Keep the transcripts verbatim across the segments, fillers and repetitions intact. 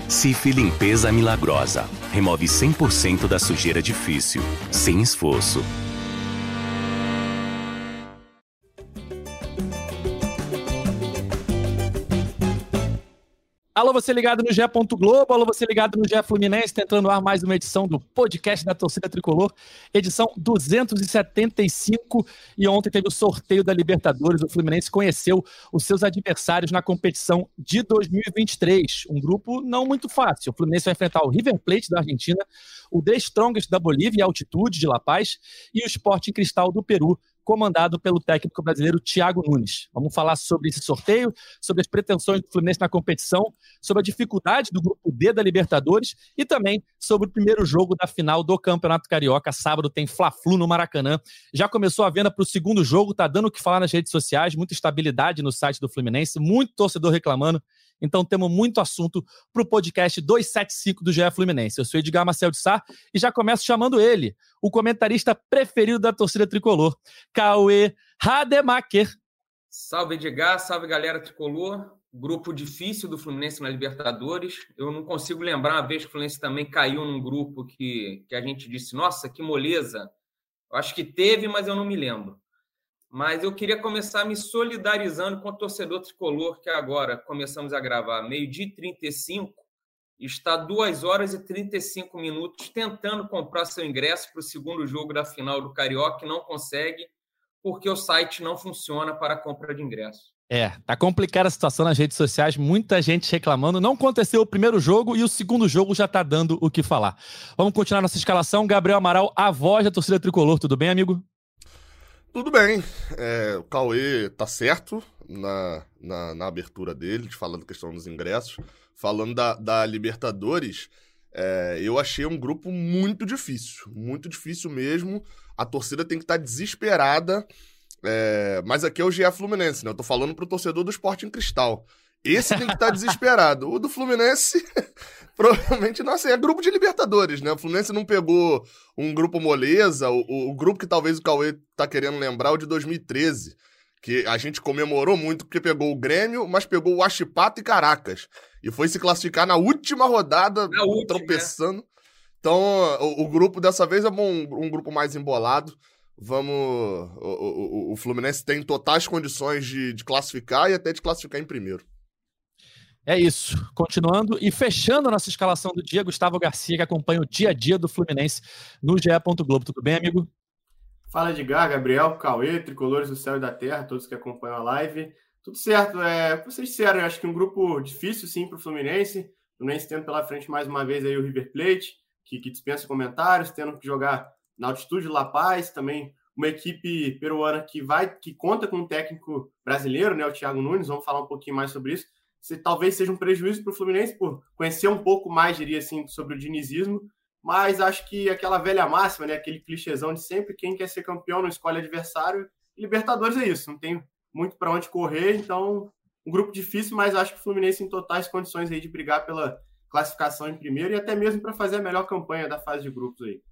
Cif Limpeza Milagrosa. Remove cem por cento da sujeira difícil, sem esforço. Alô, você ligado no G E. Globo, alô, você ligado no G E Fluminense, tá entrando no ar mais uma edição do podcast da Torcida Tricolor, edição duzentos e setenta e cinco, e ontem teve o sorteio da Libertadores. O Fluminense conheceu os seus adversários na competição de dois mil e vinte e três, um grupo não muito fácil. O Fluminense vai enfrentar o River Plate da Argentina, o The Strongest da Bolívia e Altitude de La Paz e o Sporting Cristal do Peru, comandado pelo técnico brasileiro Thiago Nunes. Vamos falar sobre esse sorteio, sobre as pretensões do Fluminense na competição, sobre a dificuldade do grupo D da Libertadores e também sobre o primeiro jogo da final do Campeonato Carioca. Sábado tem Fla-Flu no Maracanã. Já começou a venda para o segundo jogo, tá dando o que falar nas redes sociais, muita estabilidade no site do Fluminense, muito torcedor reclamando. Então temos muito assunto para o podcast duzentos e setenta e cinco do G E Fluminense. Eu sou Edgar Marcel de Sá e já começo chamando ele, o comentarista preferido da torcida tricolor, Cauê Rademacher. Salve, Edgar, salve, galera tricolor. Grupo difícil do Fluminense na Libertadores. Eu não consigo lembrar uma vez que o Fluminense também caiu num grupo que, que a gente disse, nossa, que moleza. Eu acho que teve, mas eu não me lembro. Mas eu queria começar me solidarizando com o torcedor tricolor, que agora começamos a gravar meio-dia e trinta e cinco, está duas horas e trinta e cinco minutos tentando comprar seu ingresso para o segundo jogo da final do Carioca e não consegue, porque o site não funciona para a compra de ingresso. É, tá complicada a situação nas redes sociais, muita gente reclamando. Não aconteceu o primeiro jogo e o segundo jogo já tá dando o que falar. Vamos continuar nossa escalação. Gabriel Amaral, a voz da torcida tricolor. Tudo bem, amigo? Tudo bem, é, o Cauê tá certo na, na, na abertura dele, falando da questão dos ingressos. Falando da, da Libertadores, é, eu achei um grupo muito difícil, muito difícil mesmo. A torcida tem que estar desesperada, é, mas aqui é o G E Fluminense, né? Eu tô falando pro torcedor do Sporting Cristal. Esse tem que estar desesperado. O do Fluminense, provavelmente, nossa, é grupo de Libertadores, né? O Fluminense não pegou um grupo moleza, o, o grupo que talvez o Cauê tá querendo lembrar, o de dois mil e treze, que a gente comemorou muito porque pegou o Grêmio, mas pegou o Huachipato e Caracas. E foi se classificar na última rodada, na última, tropeçando. Né? Então, o, o grupo dessa vez é um, um grupo mais embolado. Vamos. O, o, o Fluminense tem totais condições de, de classificar e até de classificar em primeiro. É isso. Continuando e fechando a nossa escalação do dia, Gustavo Garcia, que acompanha o dia a dia do Fluminense no G E. Globo. Tudo bem, amigo? Fala, Edgar, Gabriel, Cauê, tricolores do céu e da terra, todos que acompanham a live. Tudo certo. É, pra vocês disseram, eu acho que um grupo difícil, sim, para o Fluminense. O Fluminense tendo pela frente mais uma vez aí o River Plate, que, que dispensa comentários, tendo que jogar na altitude de La Paz, também uma equipe peruana que vai, que conta com um técnico brasileiro, né, o Thiago Nunes. Vamos falar um pouquinho mais sobre isso. Se, talvez seja um prejuízo para o Fluminense por conhecer um pouco mais, diria assim, sobre o dinizismo, mas acho que aquela velha máxima, né, aquele clichêzão de sempre, quem quer ser campeão não escolhe adversário. Libertadores é isso, não tem muito para onde correr, então um grupo difícil, mas acho que o Fluminense em totais condições aí de brigar pela classificação em primeiro e até mesmo para fazer a melhor campanha da fase de grupos aí.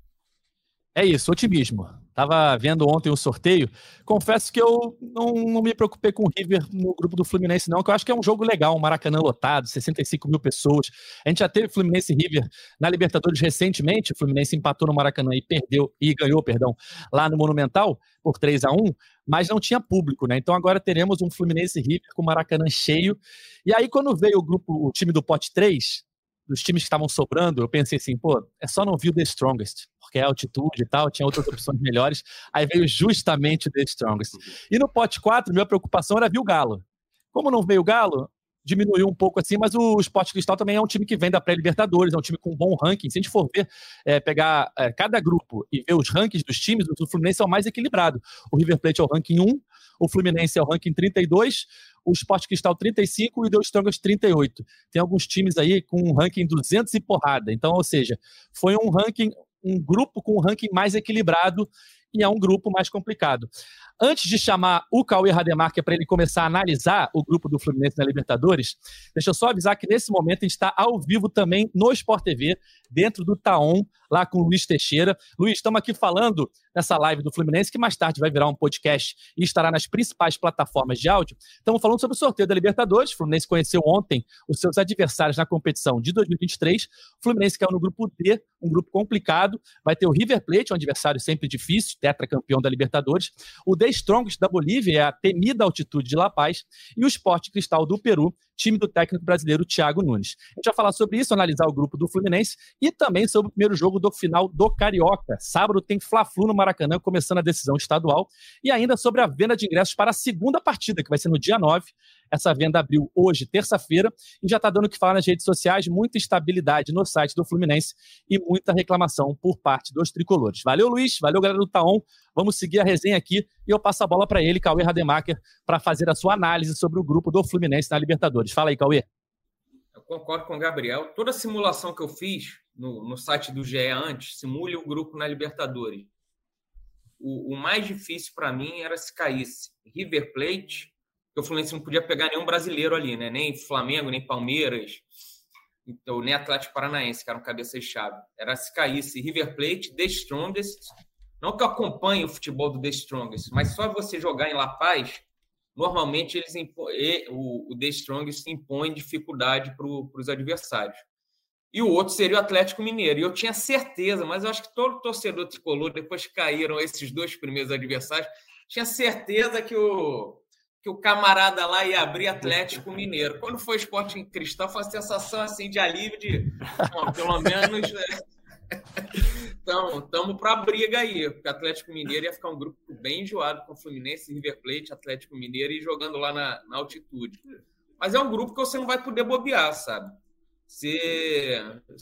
É isso, otimismo. Tava vendo ontem o sorteio. Confesso que eu não, não me preocupei com o River no grupo do Fluminense, não, que eu acho que é um jogo legal, um Maracanã lotado, sessenta e cinco mil pessoas. A gente já teve Fluminense e River na Libertadores recentemente. O Fluminense empatou no Maracanã e perdeu, e ganhou, perdão, lá no Monumental por três a um, mas não tinha público, né? Então agora teremos um Fluminense e River com o Maracanã cheio. E aí, quando veio o grupo, o time do pote três, dos times que estavam sobrando, eu pensei assim, pô, é só não vir o The Strongest, porque é altitude e tal, tinha outras opções melhores. Aí veio justamente o The Strongest. E no pote quatro, minha preocupação era vir o Galo. Como não veio o Galo, diminuiu um pouco assim, mas o Sporting Cristal também é um time que vem da pré-Libertadores, é um time com bom ranking. Se a gente for ver, é, pegar é, cada grupo e ver os rankings dos times, o Fluminense é o mais equilibrado. O River Plate é o ranking um, o Fluminense é o ranking trinta e dois, o Sporting Cristal trinta e cinco e o The Strongest trinta e oito. Tem alguns times aí com um ranking duzentos e porrada. Então, ou seja, foi um ranking, um grupo com um ranking mais equilibrado e é um grupo mais complicado. Antes de chamar o Cauê Rademacher para ele começar a analisar o grupo do Fluminense na Libertadores, deixa eu só avisar que nesse momento a gente está ao vivo também no Sport T V, dentro do Taon, lá com o Luiz Teixeira. Luiz, estamos aqui falando nessa live do Fluminense, que mais tarde vai virar um podcast e estará nas principais plataformas de áudio. Estamos falando sobre o sorteio da Libertadores. O Fluminense conheceu ontem os seus adversários na competição de dois mil e vinte e três. O Fluminense caiu no grupo D, um grupo complicado. Vai ter o River Plate, um adversário sempre difícil, tetracampeão da Libertadores. O The Strongest da Bolívia, é a temida altitude de La Paz. E o Sport Cristal do Peru, time do técnico brasileiro Thiago Nunes. A gente vai falar sobre isso, analisar o grupo do Fluminense e também sobre o primeiro jogo do final do Carioca. Sábado tem Fla-Flu no Maracanã, começando a decisão estadual, e ainda sobre a venda de ingressos para a segunda partida, que vai ser no dia nove. Essa venda abriu hoje, terça-feira, e já está dando o que falar nas redes sociais, muita instabilidade no site do Fluminense e muita reclamação por parte dos tricolores. Valeu, Luiz, valeu, galera do Taon. Vamos seguir a resenha aqui e eu passo a bola para ele, Cauê Rademacher, para fazer a sua análise sobre o grupo do Fluminense na Libertadores. Fala aí, Cauê. Eu concordo com o Gabriel. Toda a simulação que eu fiz no, no site do G E antes, simule o grupo na Libertadores. O, o mais difícil para mim era se caísse River Plate, porque o Fluminense não podia pegar nenhum brasileiro ali, né? Nem Flamengo, nem Palmeiras, então, nem Atlético Paranaense, que eram cabeça de chave. Era se caísse River Plate, The Strongest. Não que eu acompanhe o futebol do The Strongest, mas só você jogar em La Paz, normalmente eles impo... o, o The Strongest impõe dificuldade para os adversários. E o outro seria o Atlético Mineiro. E eu tinha certeza, mas eu acho que todo torcedor tricolor, depois que caíram esses dois primeiros adversários, tinha certeza que o, que o camarada lá ia abrir Atlético Mineiro. Quando foi Sport Cristal, foi uma sensação assim, de alívio de, bom, pelo menos... Então, estamos para a briga aí, porque o Atlético Mineiro ia ficar um grupo bem enjoado com o Fluminense, River Plate, Atlético Mineiro e jogando lá na, na altitude. Mas é um grupo que você não vai poder bobear, sabe? Você,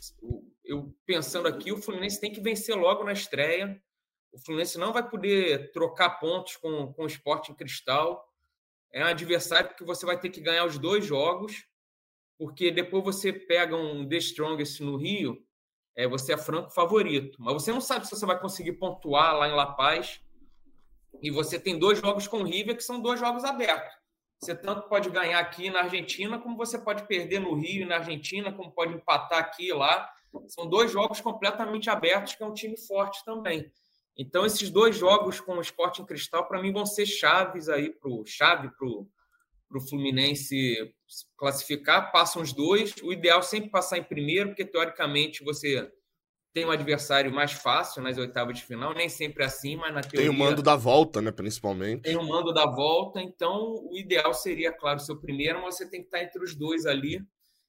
eu pensando aqui, o Fluminense tem que vencer logo na estreia. O Fluminense não vai poder trocar pontos com, com o Sporting Cristal. É um adversário que você vai ter que ganhar os dois jogos, porque depois você pega um The Strongest no Rio, é, você é franco favorito. Mas você não sabe se você vai conseguir pontuar lá em La Paz. E você tem dois jogos com o River, que são dois jogos abertos. Você tanto pode ganhar aqui na Argentina, como você pode perder no Rio e na Argentina, como pode empatar aqui e lá. São dois jogos completamente abertos, que é um time forte também. Então, esses dois jogos com o Sporting Cristal, para mim, vão ser chaves aí pro, chave para o Fluminense classificar. Passam os dois. O ideal é sempre passar em primeiro, porque, teoricamente, você tem um adversário mais fácil nas oitavas de final. Nem sempre é assim, mas na teoria... Tem o mando da volta, né, principalmente. Tem o mando da volta. Então, o ideal seria, claro, o seu primeiro, mas você tem que estar entre os dois ali.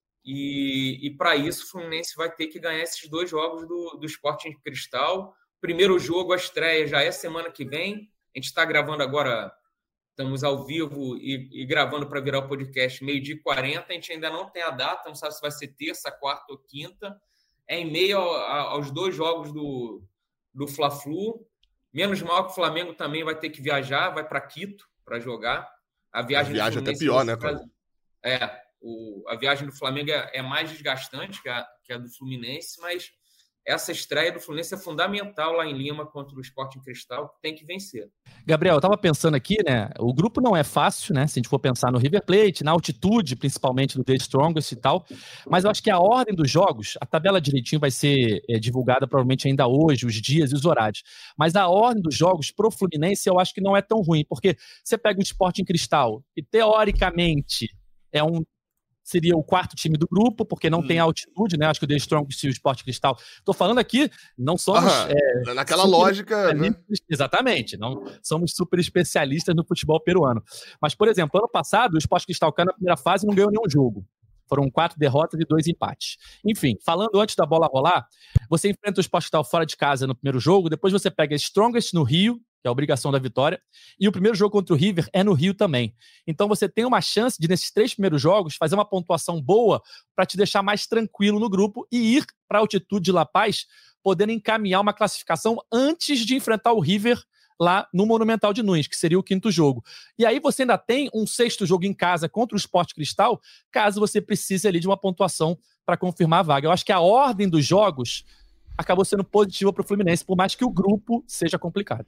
E, e para isso, o Fluminense vai ter que ganhar esses dois jogos do, do Sporting Cristal. Primeiro jogo, a estreia já é semana que vem. A gente está gravando agora, estamos ao vivo e, e gravando para virar o podcast meio-dia e quarenta. A gente ainda não tem a data, não sabe se vai ser terça, quarta ou quinta. É em meio ao, aos dois jogos do, do Fla-Flu. Menos mal que o Flamengo também vai ter que viajar, vai para Quito para jogar. A viagem, a viagem até pior, né, cara? É, o, a viagem do Flamengo é, é mais desgastante que a, que a do Fluminense, mas essa estreia do Fluminense é fundamental lá em Lima contra o Sporting Cristal, tem que vencer. Gabriel, eu tava pensando aqui, né, o grupo não é fácil, né, se a gente for pensar no River Plate, na altitude, principalmente do The Strongest e tal, mas eu acho que a ordem dos jogos, a tabela direitinho vai ser é, divulgada provavelmente ainda hoje, os dias e os horários, mas a ordem dos jogos pro Fluminense eu acho que não é tão ruim, porque você pega o Sporting Cristal, que teoricamente é um seria o quarto time do grupo, porque não hum. tem altitude, né? Acho que o The Strongest e o Sport Cristal. Tô falando aqui, não somos... Ah, é, naquela lógica, né? Exatamente, não somos super especialistas no futebol peruano. Mas, por exemplo, ano passado, o Sport Cristal caiu na primeira fase e não ganhou nenhum jogo. Foram quatro derrotas e dois empates. Enfim, falando antes da bola rolar, você enfrenta o Sport Cristal fora de casa no primeiro jogo, depois você pega Strongest no Rio, que é a obrigação da vitória, e o primeiro jogo contra o River é no Rio também. Então você tem uma chance de, nesses três primeiros jogos, fazer uma pontuação boa para te deixar mais tranquilo no grupo e ir para a altitude de La Paz, podendo encaminhar uma classificação antes de enfrentar o River lá no Monumental de Nunes, que seria o quinto jogo. E aí você ainda tem um sexto jogo em casa contra o Sport Cristal, caso você precise ali de uma pontuação para confirmar a vaga. Eu acho que a ordem dos jogos acabou sendo positiva para o Fluminense, por mais que o grupo seja complicado.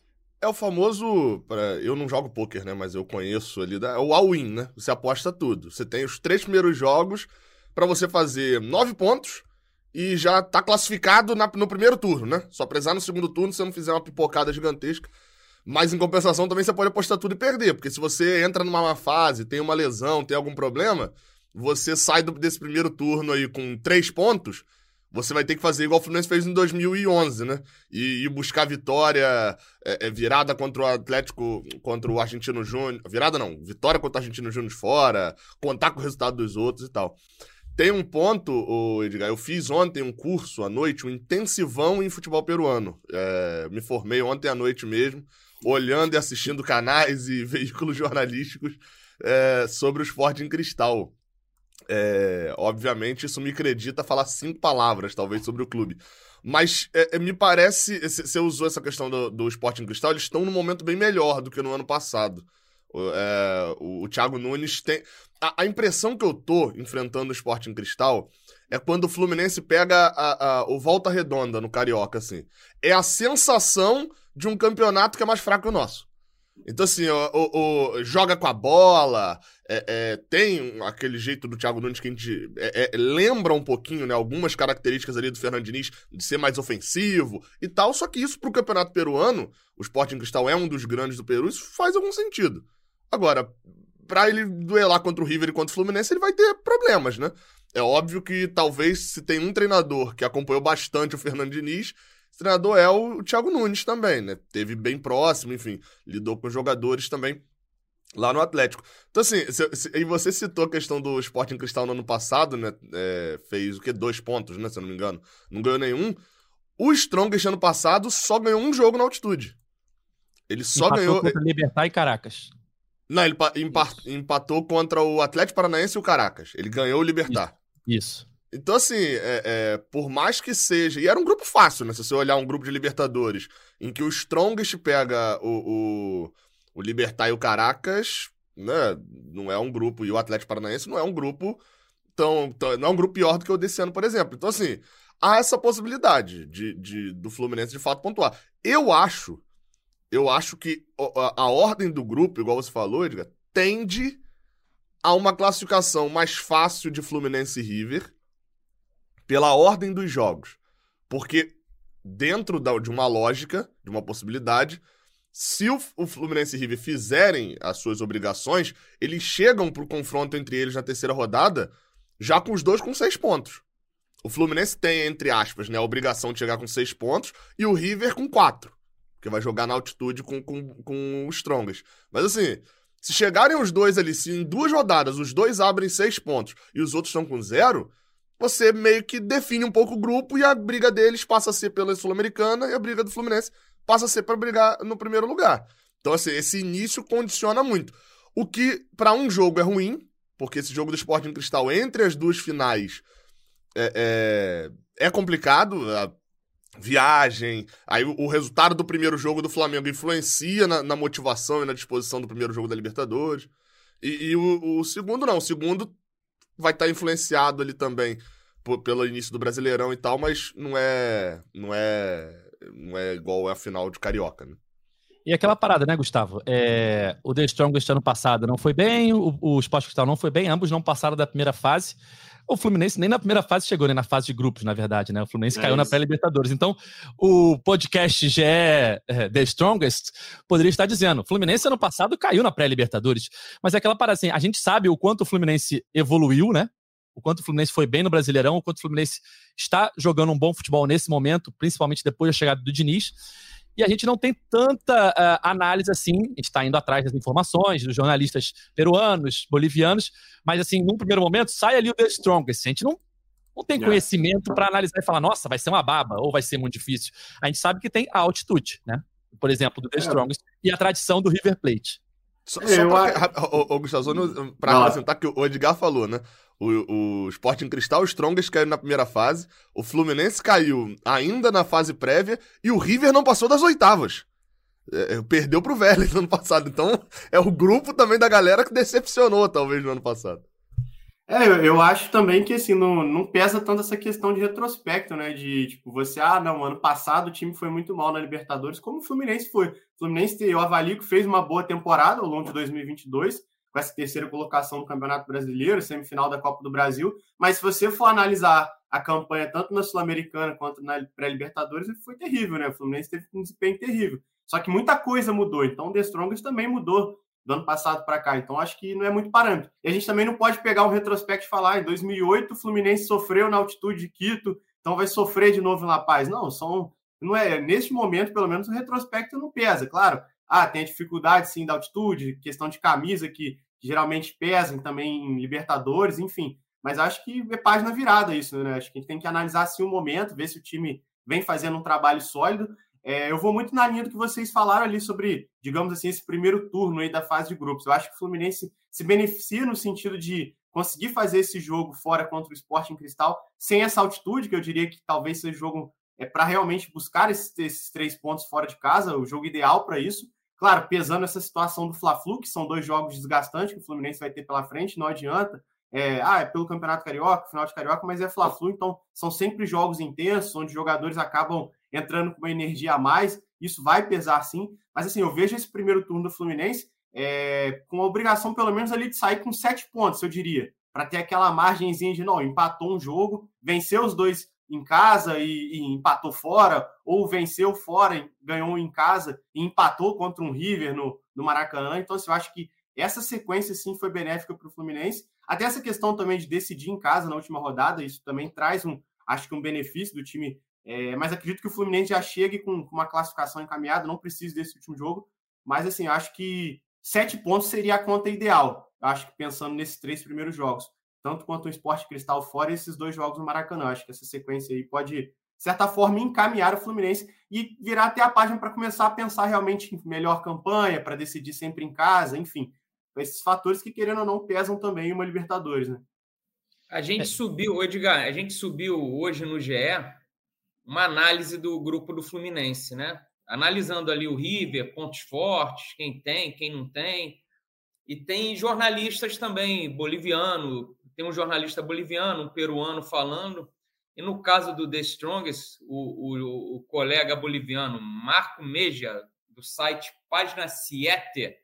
É o famoso, pra, eu não jogo pôquer, né, mas eu conheço ali, é o all-in, né? Você aposta tudo. Você tem os três primeiros jogos pra você fazer nove pontos e já tá classificado na, no primeiro turno, né? Só prezar no segundo turno se você não fizer uma pipocada gigantesca. Mas em compensação também você pode apostar tudo e perder, porque se você entra numa má fase, tem uma lesão, tem algum problema, você sai do, desse primeiro turno aí com três pontos, você vai ter que fazer igual o Fluminense fez em dois mil e onze, né? E, e buscar vitória, é, é, virada contra o Atlético, contra o Argentino Júnior. Virada não, vitória contra o Argentino Júnior fora, contar com o resultado dos outros e tal. Tem um ponto, ô, Edgar, eu fiz ontem um curso à noite, um intensivão em futebol peruano. É, me formei ontem à noite mesmo, olhando e assistindo canais e veículos jornalísticos é, sobre o Sporting Cristal. É, obviamente, isso me acredita falar cinco palavras, talvez, sobre o clube. Mas é, me parece, você usou essa questão do, do Sporting Cristal, eles estão num momento bem melhor do que no ano passado. É, o, o Thiago Nunes tem... A, a impressão que eu tô enfrentando o Sporting Cristal é quando o Fluminense pega a, a, o Volta Redonda no Carioca, assim. É a sensação de um campeonato que é mais fraco que o nosso. Então, assim, o, o, o, joga com a bola, é, é, tem aquele jeito do Thiago Nunes que a gente é, é, lembra um pouquinho, né, algumas características ali do Fernando Diniz de ser mais ofensivo e tal, só que isso pro campeonato peruano, o Sporting Cristal é um dos grandes do Peru, isso faz algum sentido. Agora, pra ele duelar contra o River e contra o Fluminense, ele vai ter problemas, né? É óbvio que talvez se tem um treinador que acompanhou bastante o Fernando Diniz, esse treinador é o Thiago Nunes também, né? Teve bem próximo, enfim, lidou com os jogadores também lá no Atlético. Então, assim, se, se, e você citou a questão do Sporting Cristal no ano passado, né? É, fez o quê? Dois pontos, né? Se eu não me engano. Não ganhou nenhum. O Strongest ano passado só ganhou um jogo na altitude. Ele só Empatou ganhou... contra Libertad e Caracas. Não, ele empatou contra o Atlético Paranaense e o Caracas. Ele ganhou o Libertad. Isso. Isso. Então, assim, é, é, por mais que seja... E era um grupo fácil, né? Se você olhar um grupo de Libertadores, em que o Strongest pega o, o, o Libertad e o Caracas, né? Não é um grupo... E o Atlético Paranaense não é um grupo tão, tão... Não é um grupo pior do que o desse ano, por exemplo. Então, assim, há essa possibilidade de, de, do Fluminense, de fato, pontuar. Eu acho... Eu acho que a, a ordem do grupo, igual você falou, Edgar, tende a uma classificação mais fácil de Fluminense e River pela ordem dos jogos. Porque dentro da, de uma lógica, de uma possibilidade, se o, o Fluminense e River fizerem as suas obrigações, eles chegam pro confronto entre eles na terceira rodada já com os dois com seis pontos. O Fluminense tem, entre aspas, né, a obrigação de chegar com seis pontos e o River com quatro. Porque vai jogar na altitude com, com, com os Strongest. Mas assim, se chegarem os dois ali, se em duas rodadas os dois abrem seis pontos e os outros estão com zero, você meio que define um pouco o grupo e a briga deles passa a ser pela Sul-Americana e a briga do Fluminense passa a ser para brigar no primeiro lugar. Então assim, esse início condiciona muito. O que para um jogo é ruim, porque esse jogo do Sporting Cristal entre as duas finais é, é, é complicado, a, viagem, aí o, o resultado do primeiro jogo do Flamengo influencia na, na motivação e na disposição do primeiro jogo da Libertadores, e, e o, o segundo não, o segundo vai estar tá influenciado ali também por, pelo início do Brasileirão e tal, mas não é não é, não é igual a final de Carioca, né? E aquela parada, né, Gustavo? É, o The Strongest ano passado não foi bem, o, o Sport Cristal não foi bem, ambos não passaram da primeira fase. O Fluminense nem na primeira fase chegou, nem na fase de grupos, na verdade, né? O Fluminense é caiu isso. Na pré-Libertadores. Então, o podcast G E é, The Strongest poderia estar dizendo, o Fluminense ano passado caiu na pré-Libertadores. Mas é aquela parada assim, a gente sabe o quanto o Fluminense evoluiu, né? O quanto o Fluminense foi bem no Brasileirão, o quanto o Fluminense está jogando um bom futebol nesse momento, principalmente depois da chegada do Diniz. E a gente não tem tanta uh, análise assim, a gente está indo atrás das informações, dos jornalistas peruanos, bolivianos, mas assim, num primeiro momento, sai ali o The Strongest. A gente não, não tem conhecimento para analisar e falar, nossa, vai ser uma baba, ou vai ser muito difícil. A gente sabe que tem a altitude, né? Por exemplo, do The Strongest, e a tradição do River Plate. Só, só pra, o, o Gustavo, para acrescentar que o Edgar falou, né? O, o Sporting Cristal, o Strongest caiu na primeira fase, o Fluminense caiu ainda na fase prévia e o River não passou das oitavas. É, perdeu pro Vélez no ano passado. Então, é o grupo também da galera que decepcionou, talvez, no ano passado. É, eu, eu acho também que, assim, não, não pesa tanto essa questão de retrospecto, né? De, tipo, você, ah, não, ano passado o time foi muito mal na Libertadores, como o Fluminense foi. O Fluminense, eu avalio que fez uma boa temporada ao longo de dois mil e vinte e dois, com essa terceira colocação no Campeonato Brasileiro, semifinal da Copa do Brasil, mas se você for analisar a campanha tanto na Sul-Americana quanto na pré-Libertadores, foi terrível, né? O Fluminense teve um desempenho terrível. Só que muita coisa mudou, então o The Strongest também mudou do ano passado para cá, então acho que não é muito parâmetro. E a gente também não pode pegar um retrospecto e falar, ah, em dois mil e oito o Fluminense sofreu na altitude de Quito, então vai sofrer de novo em La Paz. Não, são, não é, neste momento, pelo menos, o retrospecto não pesa, claro. Ah, tem a dificuldade, sim, da altitude, questão de camisa, que, que geralmente pesam também em Libertadores, enfim. Mas acho que é página virada isso, né? Acho que a gente tem que analisar, assim, o momento, ver se o time vem fazendo um trabalho sólido. É, eu vou muito na linha do que vocês falaram ali sobre, digamos assim, esse primeiro turno aí da fase de grupos. Eu acho que o Fluminense se beneficia no sentido de conseguir fazer esse jogo fora contra o Sporting Cristal, sem essa altitude, que eu diria que talvez seja o jogo é, para realmente buscar esses, esses três pontos fora de casa, o jogo ideal para isso. Claro, pesando essa situação do Fla-Flu, que são dois jogos desgastantes que o Fluminense vai ter pela frente, não adianta. É, ah, é pelo Campeonato Carioca, final de Carioca, mas é Fla-Flu, então são sempre jogos intensos, onde jogadores acabam entrando com uma energia a mais, isso vai pesar sim, mas assim, eu vejo esse primeiro turno do Fluminense é, com a obrigação pelo menos ali de sair com sete pontos, eu diria, para ter aquela margenzinha de, não, empatou um jogo, venceu os dois em casa e, e empatou fora, ou venceu fora, ganhou em casa e empatou contra um River no, no Maracanã, então assim, eu acho que essa sequência sim foi benéfica para o Fluminense, até essa questão também de decidir em casa na última rodada, isso também traz um, acho que um benefício do time. É, mas acredito que o Fluminense já chegue com, com uma classificação encaminhada, não precisa desse último jogo, mas assim, acho que sete pontos seria a conta ideal, acho que pensando nesses três primeiros jogos, tanto quanto o Sport Cristal fora e esses dois jogos no Maracanã, acho que essa sequência aí pode, de certa forma, encaminhar o Fluminense e virar até a página para começar a pensar realmente em melhor campanha, para decidir sempre em casa, enfim, esses fatores que, querendo ou não, pesam também em uma Libertadores, né? A gente é. subiu, Edgar, a gente subiu hoje no G E uma análise do grupo do Fluminense, né? Analisando ali o River, pontos fortes, quem tem, quem não tem. E tem jornalistas também, boliviano, tem um jornalista boliviano, um peruano falando. E no caso do The Strongest, o, o, o colega boliviano Marco Meja, do site Página Siete,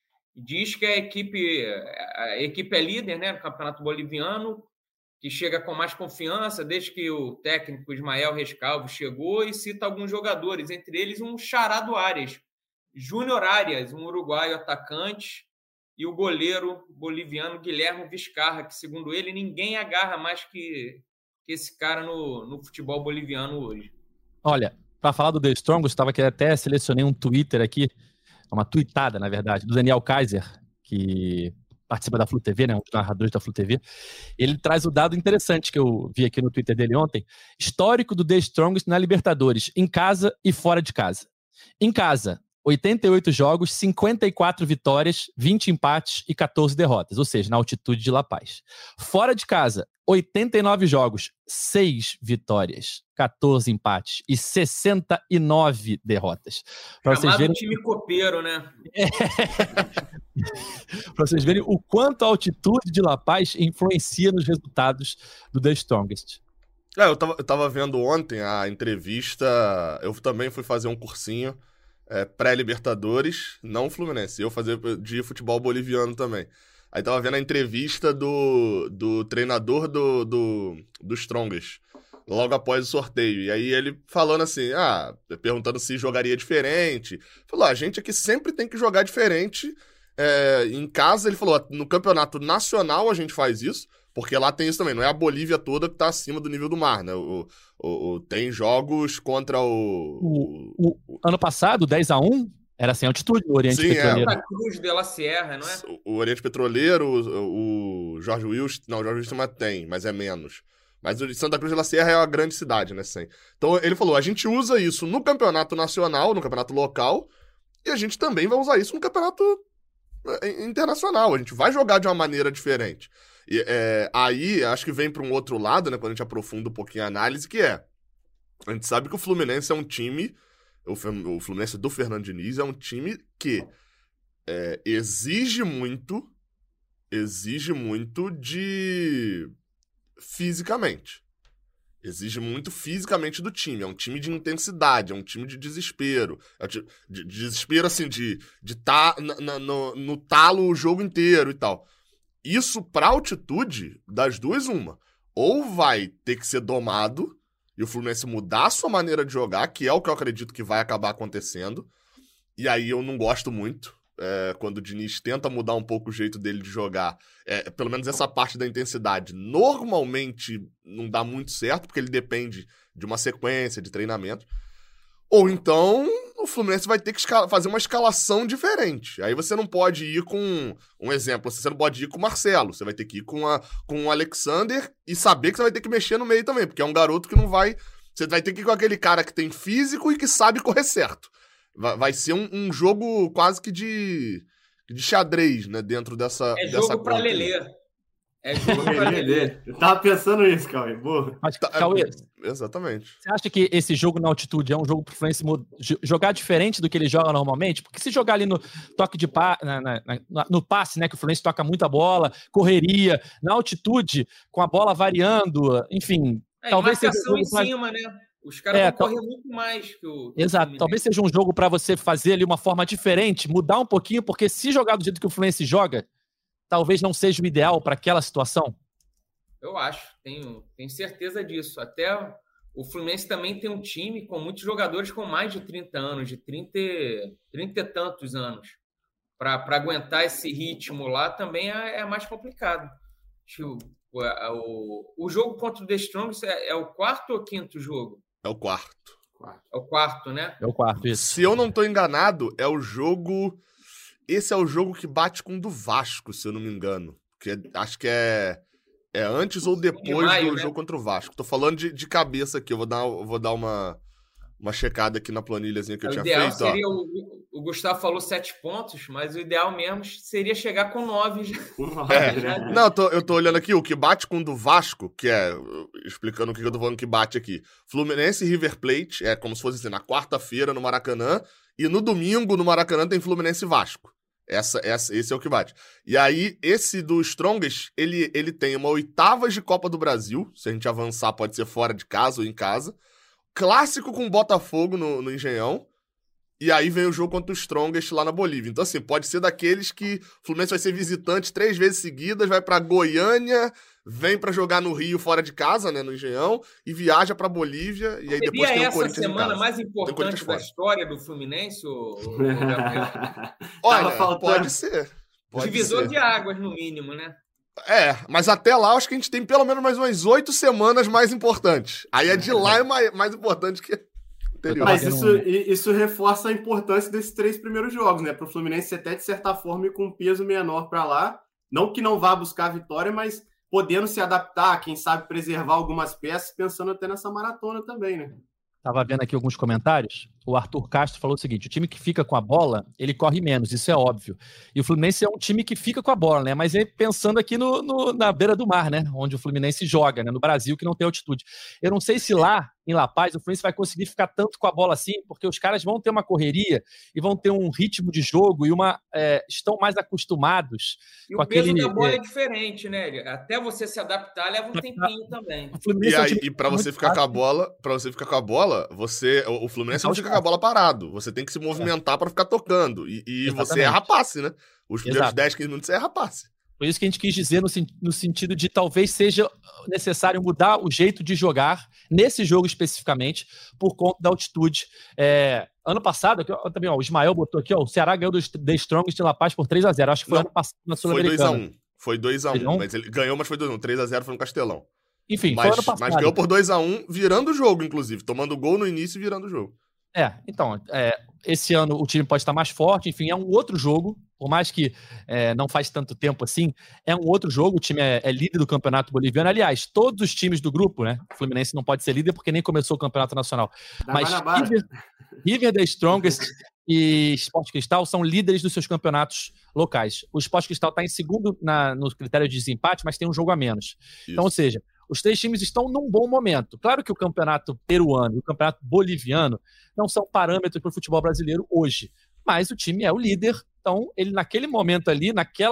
diz que a equipe, a equipe é líder, né, no Campeonato Boliviano, que chega com mais confiança desde que o técnico Ismael Rescalvo chegou, e cita alguns jogadores, entre eles um Charado Arias, Júnior Arias, um uruguaio atacante, e o goleiro boliviano Guilherme Vizcarra, que, segundo ele, ninguém agarra mais que, que esse cara no, no futebol boliviano hoje. Olha, para falar do The Strong, Gustavo, que até selecionei um Twitter aqui, uma tweetada, na verdade, do Daniel Kaiser, que participa da Flu T V, né, um dos narradores da Flu T V. Ele traz o dado interessante que eu vi aqui no Twitter dele ontem, histórico do The Strongest na Libertadores, em casa e fora de casa. Em casa, oitenta e oito jogos, cinquenta e quatro vitórias, vinte empates e catorze derrotas, ou seja, na altitude de La Paz. Fora de casa, oitenta e nove jogos, seis vitórias, catorze empates e sessenta e nove derrotas. Pra vocês verem... time copeiro, né? É... Para vocês verem o quanto a altitude de La Paz influencia nos resultados do The Strongest. É, eu tava, eu tava vendo ontem a entrevista, eu também fui fazer um cursinho é, pré-Libertadores, não Fluminense, eu fazia de futebol boliviano também. Aí tava vendo a entrevista do, do treinador do, do, do Strongest, logo após o sorteio. E aí ele falando assim, ah, perguntando se jogaria diferente. Falou, a gente aqui sempre tem que jogar diferente. É, em casa, ele falou, no campeonato nacional a gente faz isso, porque lá tem isso também, não é a Bolívia toda que tá acima do nível do mar, né? O, o, o, tem jogos contra o... O, o, o ano passado, dez a um, era sem altitude o Oriente Sim, Petroleiro. É. Cruz de la Sierra, não é? O, o Oriente Petroleiro, o, o Jorge Wilson, não, o Jorge Wilson tem, mas é menos. Mas o Santa Cruz de la Sierra é uma grande cidade, né? Sem. Então ele falou, a gente usa isso no campeonato nacional, no campeonato local, e a gente também vai usar isso no campeonato internacional. A gente vai jogar de uma maneira diferente. E, é, aí, acho que vem para um outro lado, né? Quando a gente aprofunda um pouquinho a análise, que é... A gente sabe que o Fluminense é um time... O, o Fluminense do Fernando Diniz é um time que é, exige muito... exige muito de... fisicamente. Exige muito fisicamente do time. É um time de intensidade, é um time de desespero. É de, de, de desespero, assim, de estar tá no, no talo o jogo inteiro e tal. Isso, pra altitude, das duas, uma. Ou vai ter que ser domado e o Fluminense mudar a sua maneira de jogar, que é o que eu acredito que vai acabar acontecendo. E aí eu não gosto muito. É, quando o Diniz tenta mudar um pouco o jeito dele de jogar, é, pelo menos essa parte da intensidade, normalmente não dá muito certo, porque ele depende de uma sequência de treinamento. Ou então o Fluminense vai ter que fazer uma escalação diferente. Aí você não pode ir com... Um exemplo, você não pode ir com o Marcelo, você vai ter que ir com, a, com o Alexander e saber que você vai ter que mexer no meio também, porque é um garoto que não vai... Você vai ter que ir com aquele cara que tem físico e que sabe correr certo. Vai ser um, um jogo quase que de, de xadrez, né? Dentro dessa. É dessa jogo pra Lelê. É jogo pra Lelê. Eu tava pensando nisso, Cauê. Boa. Mas, Tá, Cauê, exatamente. você acha que esse jogo na altitude é um jogo pro Fluminense jogar diferente do que ele joga normalmente? Porque se jogar ali no toque de pa, na, na, na, no passe, né? Que o Fluminense toca muita bola, correria, na altitude, com a bola variando, enfim. É, talvez seja marcação um em pra... cima, né? Os caras é, vão correr tal... muito mais que o. Que Exato. o Talvez seja um jogo para você fazer ali uma forma diferente, mudar um pouquinho, porque se jogar do jeito que o Fluminense joga, talvez não seja o ideal para aquela situação. Eu acho, tenho, tenho certeza disso. Até o Fluminense também tem um time com muitos jogadores com mais de trinta anos, de trinta, trinta e tantos anos. Para aguentar esse ritmo lá também é, é mais complicado. O, o, o jogo contra o The Strongest é, é o quarto ou quinto jogo? É o quarto. É o quarto, né? É o quarto, isso. Se eu não tô enganado, é o jogo... Esse é o jogo que bate com o do Vasco, se eu não me engano. Que é, acho que é... É antes ou depois de maio, do né? jogo contra o Vasco. Tô falando de, de cabeça aqui. Eu vou dar, eu vou dar uma, uma checada aqui na planilhazinha que eu o tinha ideal feito. Seria ó. O, o Gustavo falou sete pontos, mas o ideal mesmo seria chegar com nove. Já. É. Não, eu tô, eu tô olhando aqui. O que bate com o do Vasco, que é... Explicando o que eu tô falando que bate aqui. Fluminense e River Plate. É como se fosse assim, na quarta-feira no Maracanã. E no domingo no Maracanã tem Fluminense e Vasco. Essa, essa, esse é o que bate. E aí, esse do Strongest, ele, ele tem uma oitavas de Copa do Brasil. Se a gente avançar, pode ser fora de casa ou em casa. Clássico com Botafogo no, no Engenhão. E aí vem o jogo contra o Strongest lá na Bolívia. Então, assim, pode ser daqueles que o Fluminense vai ser visitante três vezes seguidas, vai pra Goiânia, vem pra jogar no Rio fora de casa, né, no Engenhão, e viaja pra Bolívia, e aí depois tem o Corinthians em casa. Seria essa semana mais importante da história do Fluminense, ou, ou Olha, pode ser. Pode Divisor ser. de águas, no mínimo, né? É, mas até lá, acho que a gente tem pelo menos mais umas oito semanas mais importantes. Aí é de lá é mais, mais importante que... Mas isso, isso reforça a importância desses três primeiros jogos, né? Para o Fluminense até, de certa forma, ir com um peso menor para lá. Não que não vá buscar a vitória, mas podendo se adaptar, quem sabe preservar algumas peças, pensando até nessa maratona também, né? Tava vendo aqui alguns comentários. O Arthur Castro falou o seguinte: o time que fica com a bola, ele corre menos, isso é óbvio. E o Fluminense é um time que fica com a bola, né? Mas é pensando aqui no, no, na beira do mar, né? Onde o Fluminense joga, né? No Brasil, que não tem altitude. Eu não sei se lá, em La Paz, o Fluminense vai conseguir ficar tanto com a bola assim, porque os caras vão ter uma correria e vão ter um ritmo de jogo e uma é, estão mais acostumados. E com o peso aquele, da bola é... é diferente, né? Até você se adaptar leva um tempinho também. E, aí, e para você ficar fácil. com a bola, para você ficar com a bola, você o Fluminense não fica com a bola parado. Você tem que se movimentar é. para ficar tocando. E, e você erra passe, né? Os primeiros Exato. dez, quinze minutos você erra passe. Por isso que a gente quis dizer no, no sentido de talvez seja necessário mudar o jeito de jogar nesse jogo especificamente por conta da altitude. É, ano passado, aqui, ó, também, ó, o Ismael botou aqui, ó, o Ceará ganhou do The Strongest de La Paz por três a zero. Acho que foi não, ano passado na Sul-Americana. Foi dois a um. Foi dois a um, mas ele ganhou, mas foi dois a um. três a zero foi no Castelão. Enfim, mas, foi ano passado. Mas ganhou por dois a um, virando o jogo, inclusive. Tomando gol no início e virando o jogo. É, então, é, esse ano o time pode estar mais forte, enfim, é um outro jogo, por mais que é, não faz tanto tempo assim, é um outro jogo, o time é, é líder do Campeonato Boliviano, aliás, todos os times do grupo, né, o Fluminense não pode ser líder porque nem começou o Campeonato Nacional, da mas River, River The Strongest e Sport Cristal são líderes dos seus campeonatos locais. O Sport Cristal está em segundo na, no critério de desempate, mas tem um jogo a menos. Isso. Então, ou seja, os três times estão num bom momento. Claro que o campeonato peruano e o campeonato boliviano não são parâmetros para o futebol brasileiro hoje, mas o time é o líder, então ele naquele momento ali, naquela,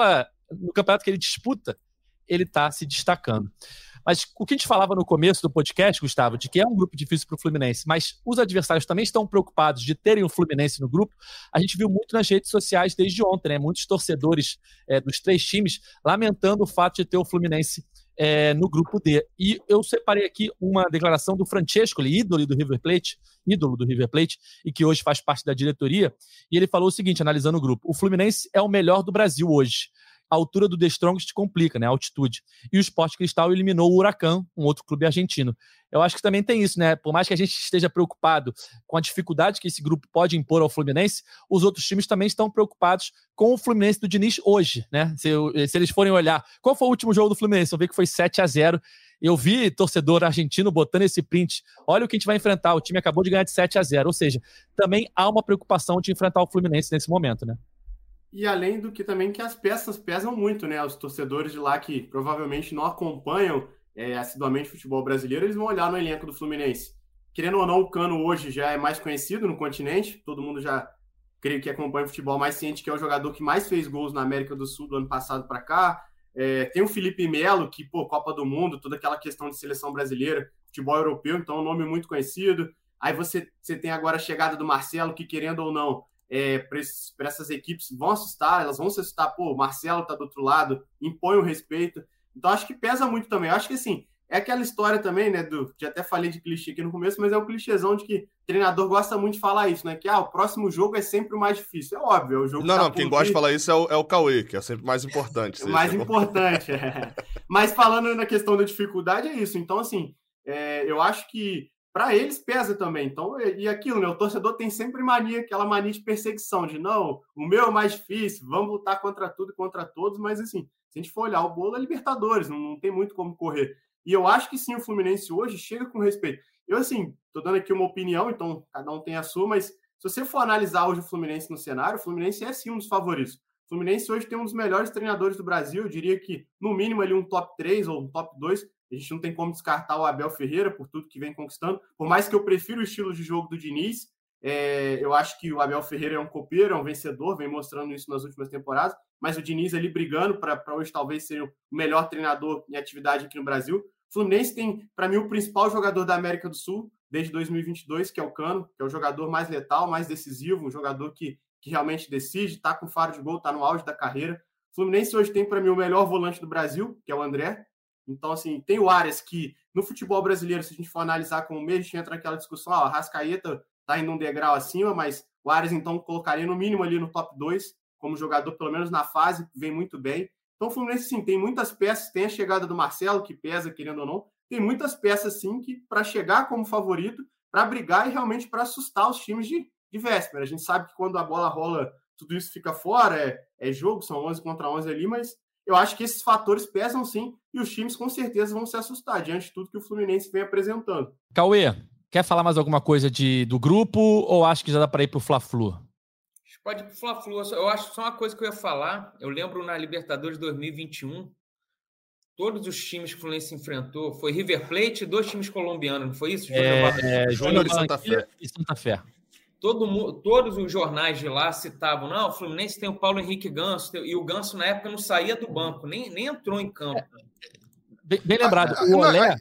no campeonato que ele disputa, ele está se destacando. Mas o que a gente falava no começo do podcast, Gustavo, de que é um grupo difícil para o Fluminense, mas os adversários também estão preocupados de terem o Fluminense no grupo, a gente viu muito nas redes sociais desde ontem, né? Muitos torcedores é, dos três times lamentando o fato de ter o Fluminense é, no grupo D. E eu separei aqui uma declaração do Francesco, ídolo do River Plate, ídolo do River Plate, e que hoje faz parte da diretoria, e ele falou o seguinte, analisando o grupo: o Fluminense é o melhor do Brasil hoje. A altura do The Strongest complica, né? A altitude. E o Sport Cristal eliminou o Huracan, um outro clube argentino. Eu acho que também tem isso, né? Por mais que a gente esteja preocupado com a dificuldade que esse grupo pode impor ao Fluminense, os outros times também estão preocupados com o Fluminense do Diniz hoje, né? Se, se eles forem olhar, qual foi o último jogo do Fluminense? Vão ver que foi sete a zero. Eu vi torcedor argentino botando esse print. Olha o que a gente vai enfrentar. O time acabou de ganhar de sete a zero. Ou seja, também há uma preocupação de enfrentar o Fluminense nesse momento, né? E além do que também que as peças pesam muito, né? Os torcedores de lá que provavelmente não acompanham é, assiduamente o futebol brasileiro, eles vão olhar no elenco do Fluminense. Querendo ou não, o Cano hoje já é mais conhecido no continente, todo mundo já, creio que acompanha o futebol mais ciente, que é o jogador que mais fez gols na América do Sul do ano passado para cá. É, tem o Felipe Melo, que, pô, Copa do Mundo, toda aquela questão de seleção brasileira, futebol europeu, então é um nome muito conhecido. Aí você, você tem agora a chegada do Marcelo, que querendo ou não, É, para essas equipes vão assustar, elas vão se assustar, pô, o Marcelo tá do outro lado, impõe o respeito, então acho que pesa muito também. Eu acho que assim, é aquela história também, né, do, já até falei de clichê aqui no começo, mas é o clichêzão de que o treinador gosta muito de falar isso, né, que ah, o próximo jogo é sempre o mais difícil, é óbvio, é o jogo Não, que não, tá quem por gosta vir. de falar isso é o, é o Cauê, que é sempre mais importante. O mais importante, é. Mas falando na questão da dificuldade, é isso, então assim, é, eu acho que para eles pesa também. Então, e aquilo, né? O torcedor tem sempre mania, aquela mania de perseguição, de não, o meu é mais difícil, vamos lutar contra tudo e contra todos, mas assim, se a gente for olhar o bolo, é Libertadores, não, não tem muito como correr. E eu acho que sim, o Fluminense hoje chega com respeito. Eu, assim, tô dando aqui uma opinião, então cada um tem a sua, mas se você for analisar hoje o Fluminense no cenário, o Fluminense é sim um dos favoritos. O Fluminense hoje tem um dos melhores treinadores do Brasil, eu diria que no mínimo ali um top três ou um top dois. A gente não tem como descartar o Abel Ferreira por tudo que vem conquistando. Por mais que eu prefira o estilo de jogo do Diniz, é, eu acho que o Abel Ferreira é um copeiro, é um vencedor, vem mostrando isso nas últimas temporadas, mas o Diniz ali brigando para hoje talvez ser o melhor treinador em atividade aqui no Brasil. O Fluminense tem, para mim, o principal jogador da América do Sul desde dois mil e vinte e dois, que é o Cano, que é o jogador mais letal, mais decisivo, um jogador que, que realmente decide, está com faro de gol, está no auge da carreira. O Fluminense hoje tem, para mim, o melhor volante do Brasil, que é o André. Então, assim, tem o Arias que, no futebol brasileiro, se a gente for analisar como meio, a gente entra naquela discussão, ah, o Arrascaeta tá indo um degrau acima, mas o Arias, então, colocaria no mínimo ali no top dois, como jogador, pelo menos na fase, vem muito bem. Então, o Fluminense, sim, tem muitas peças, tem a chegada do Marcelo, que pesa, querendo ou não, tem muitas peças, sim, que para chegar como favorito, para brigar e realmente para assustar os times de, de véspera. A gente sabe que quando a bola rola, tudo isso fica fora, é, é jogo, são onze contra onze ali, mas eu acho que esses fatores pesam sim, e os times com certeza vão se assustar diante de tudo que o Fluminense vem apresentando. Cauê, quer falar mais alguma coisa de, do grupo ou acho que já dá para ir para o Fla-Flu? Pode ir para o Fla-Flu. Eu acho só uma coisa que eu ia falar. Eu lembro na Libertadores dois mil e vinte e um, todos os times que o Fluminense enfrentou, foi River Plate e dois times colombianos, não foi isso? É, é, Júnior e Santa Fé. E Santa Fé. Todo, todos os jornais de lá citavam, não, o Fluminense tem o Paulo Henrique Ganso, e o Ganso na época não saía do banco, nem, nem entrou em campo. É, bem, bem lembrado, o Olé,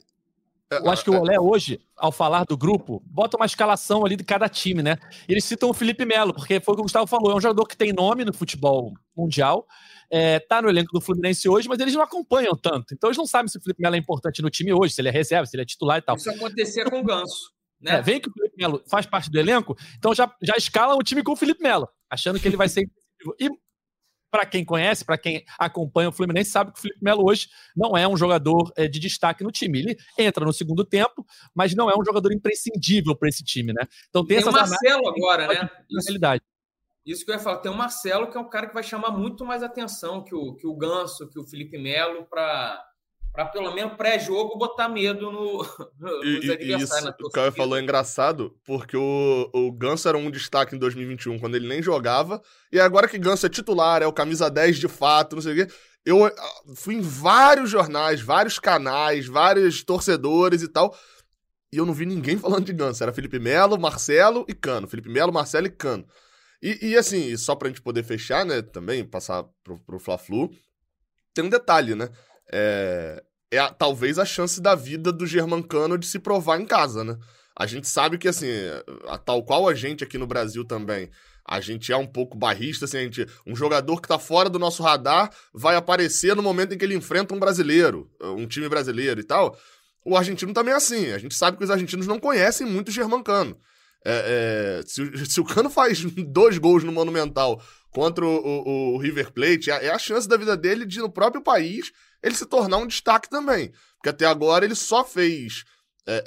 eu acho que o Olé hoje, ao falar do grupo, bota uma escalação ali de cada time, né? Eles citam o Felipe Melo, porque foi o que o Gustavo falou, é um jogador que tem nome no futebol mundial, é, tá no elenco do Fluminense hoje, mas eles não acompanham tanto, então eles não sabem se o Felipe Melo é importante no time hoje, se ele é reserva, se ele é titular e tal. Isso acontecia com o Ganso. Né? É, vem que o Felipe Melo faz parte do elenco, então já, já escalam o time com o Felipe Melo, achando que ele vai ser incisivo. E para quem conhece, para quem acompanha o Fluminense, sabe que o Felipe Melo hoje não é um jogador é, de destaque no time. Ele entra no segundo tempo, mas não é um jogador imprescindível para esse time, né? Então tem, tem essas o Marcelo agora, né? Isso, realidade. Isso que eu ia falar. Tem o Marcelo, que é um cara que vai chamar muito mais atenção que o, que o Ganso, que o Felipe Melo, para... para pelo menos pré-jogo botar medo no, nos e, adversários. Isso, o Caio falou é engraçado, porque o, o Ganso era um destaque em dois mil e vinte e um, quando ele nem jogava, e agora que Ganso é titular, é o camisa dez de fato, não sei o quê, eu fui em vários jornais, vários canais, vários torcedores e tal, e eu não vi ninguém falando de Ganso, era Felipe Melo, Marcelo e Cano, Felipe Melo, Marcelo e Cano. E, e assim, só pra gente poder fechar, né, também, passar pro, pro Fla-Flu, tem um detalhe, né? É, é a, talvez a chance da vida do Germancano de se provar em casa, né? A gente sabe que, assim, a, tal qual a gente aqui no Brasil também, a gente é um pouco barrista, assim, a gente, um jogador que tá fora do nosso radar vai aparecer no momento em que ele enfrenta um brasileiro, um time brasileiro e tal. O argentino também é assim. A gente sabe que os argentinos não conhecem muito o Germancano. É, é, se, se o Cano faz dois gols no Monumental contra o, o, o River Plate, é a chance da vida dele de, no próprio país, ele se tornar um destaque também. Porque até agora ele só fez é,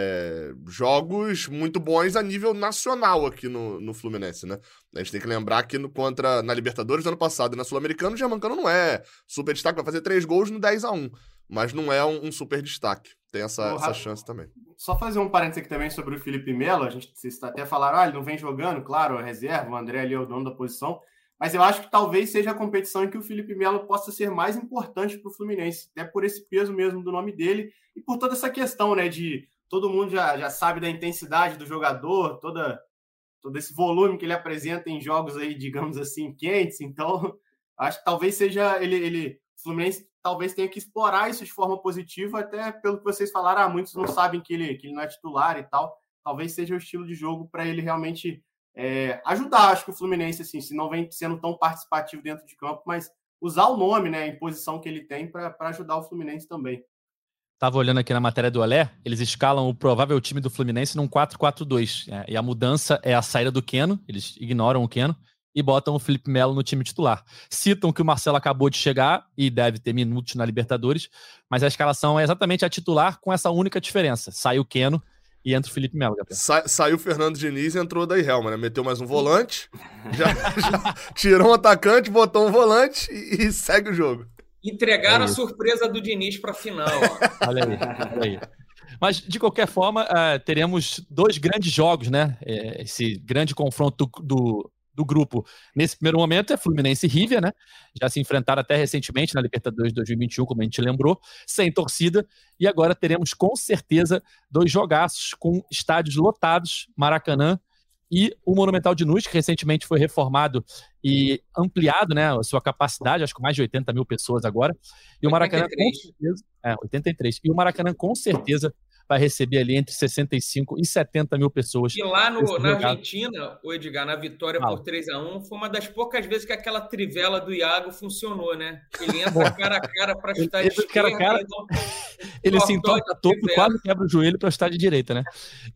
é, jogos muito bons a nível nacional aqui no, no Fluminense, né? A gente tem que lembrar que no, contra, na Libertadores do ano passado e na Sul-Americana, o Germancano não é super destaque, vai fazer três gols no dez a um, mas não é um, um super destaque. Tem essa, essa chance também. Só fazer um parênteses aqui também sobre o Felipe Melo. A gente, vocês até falaram, ah, ele não vem jogando, claro, é reserva, o André ali é o dono da posição, mas eu acho que talvez seja a competição em que o Felipe Melo possa ser mais importante para o Fluminense, até por esse peso mesmo do nome dele e por toda essa questão, né, de todo mundo já, já sabe da intensidade do jogador, toda, todo esse volume que ele apresenta em jogos aí, digamos assim, quentes. Então, acho que talvez seja ele, ele o Fluminense talvez tenha que explorar isso de forma positiva, até pelo que vocês falaram, ah, muitos não sabem que ele, que ele não é titular e tal, talvez seja o estilo de jogo para ele realmente é, ajudar, acho que o Fluminense, assim, se não vem sendo tão participativo dentro de campo, mas usar o nome, né, a imposição que ele tem para ajudar o Fluminense também. Estava olhando aqui na matéria do Olé, eles escalam o provável time do Fluminense num quatro quatro dois, né, e a mudança é a saída do Keno, eles ignoram o Keno, e botam o Felipe Melo no time titular. Citam que o Marcelo acabou de chegar e deve ter minutos na Libertadores, mas a escalação é exatamente a titular com essa única diferença. Sai o Keno e entra o Felipe Melo. Sa saiu o Fernando Diniz e entrou o Daí Helma, né? Meteu mais um volante, já, já tirou um atacante, botou um volante e, e segue o jogo. Entregaram é a surpresa do Diniz para a final. Ó. Olha aí, olha aí. Mas, de qualquer forma, uh, teremos dois grandes jogos, né? Esse grande confronto do, do do grupo, nesse primeiro momento, é Fluminense e River, né? Já se enfrentaram até recentemente na Libertadores de dois mil e vinte e um, como a gente lembrou, sem torcida, e agora teremos com certeza dois jogaços com estádios lotados, Maracanã e o Monumental de Nunes, que recentemente foi reformado e ampliado, né, a sua capacidade, acho que mais de oitenta mil pessoas agora, e o Maracanã oitenta e três. com certeza, é, oitenta e três, e o Maracanã com certeza vai receber ali entre sessenta e cinco e setenta mil pessoas. E lá no, na Argentina, o Edgar, na vitória ah. por três a um, foi uma das poucas vezes que aquela trivela do Iago funcionou, né? Ele entra cara a cara para chutar de esquerda. Cara a cara, então, ele se entorta todo e quase quebra o joelho para chutar de direita, né?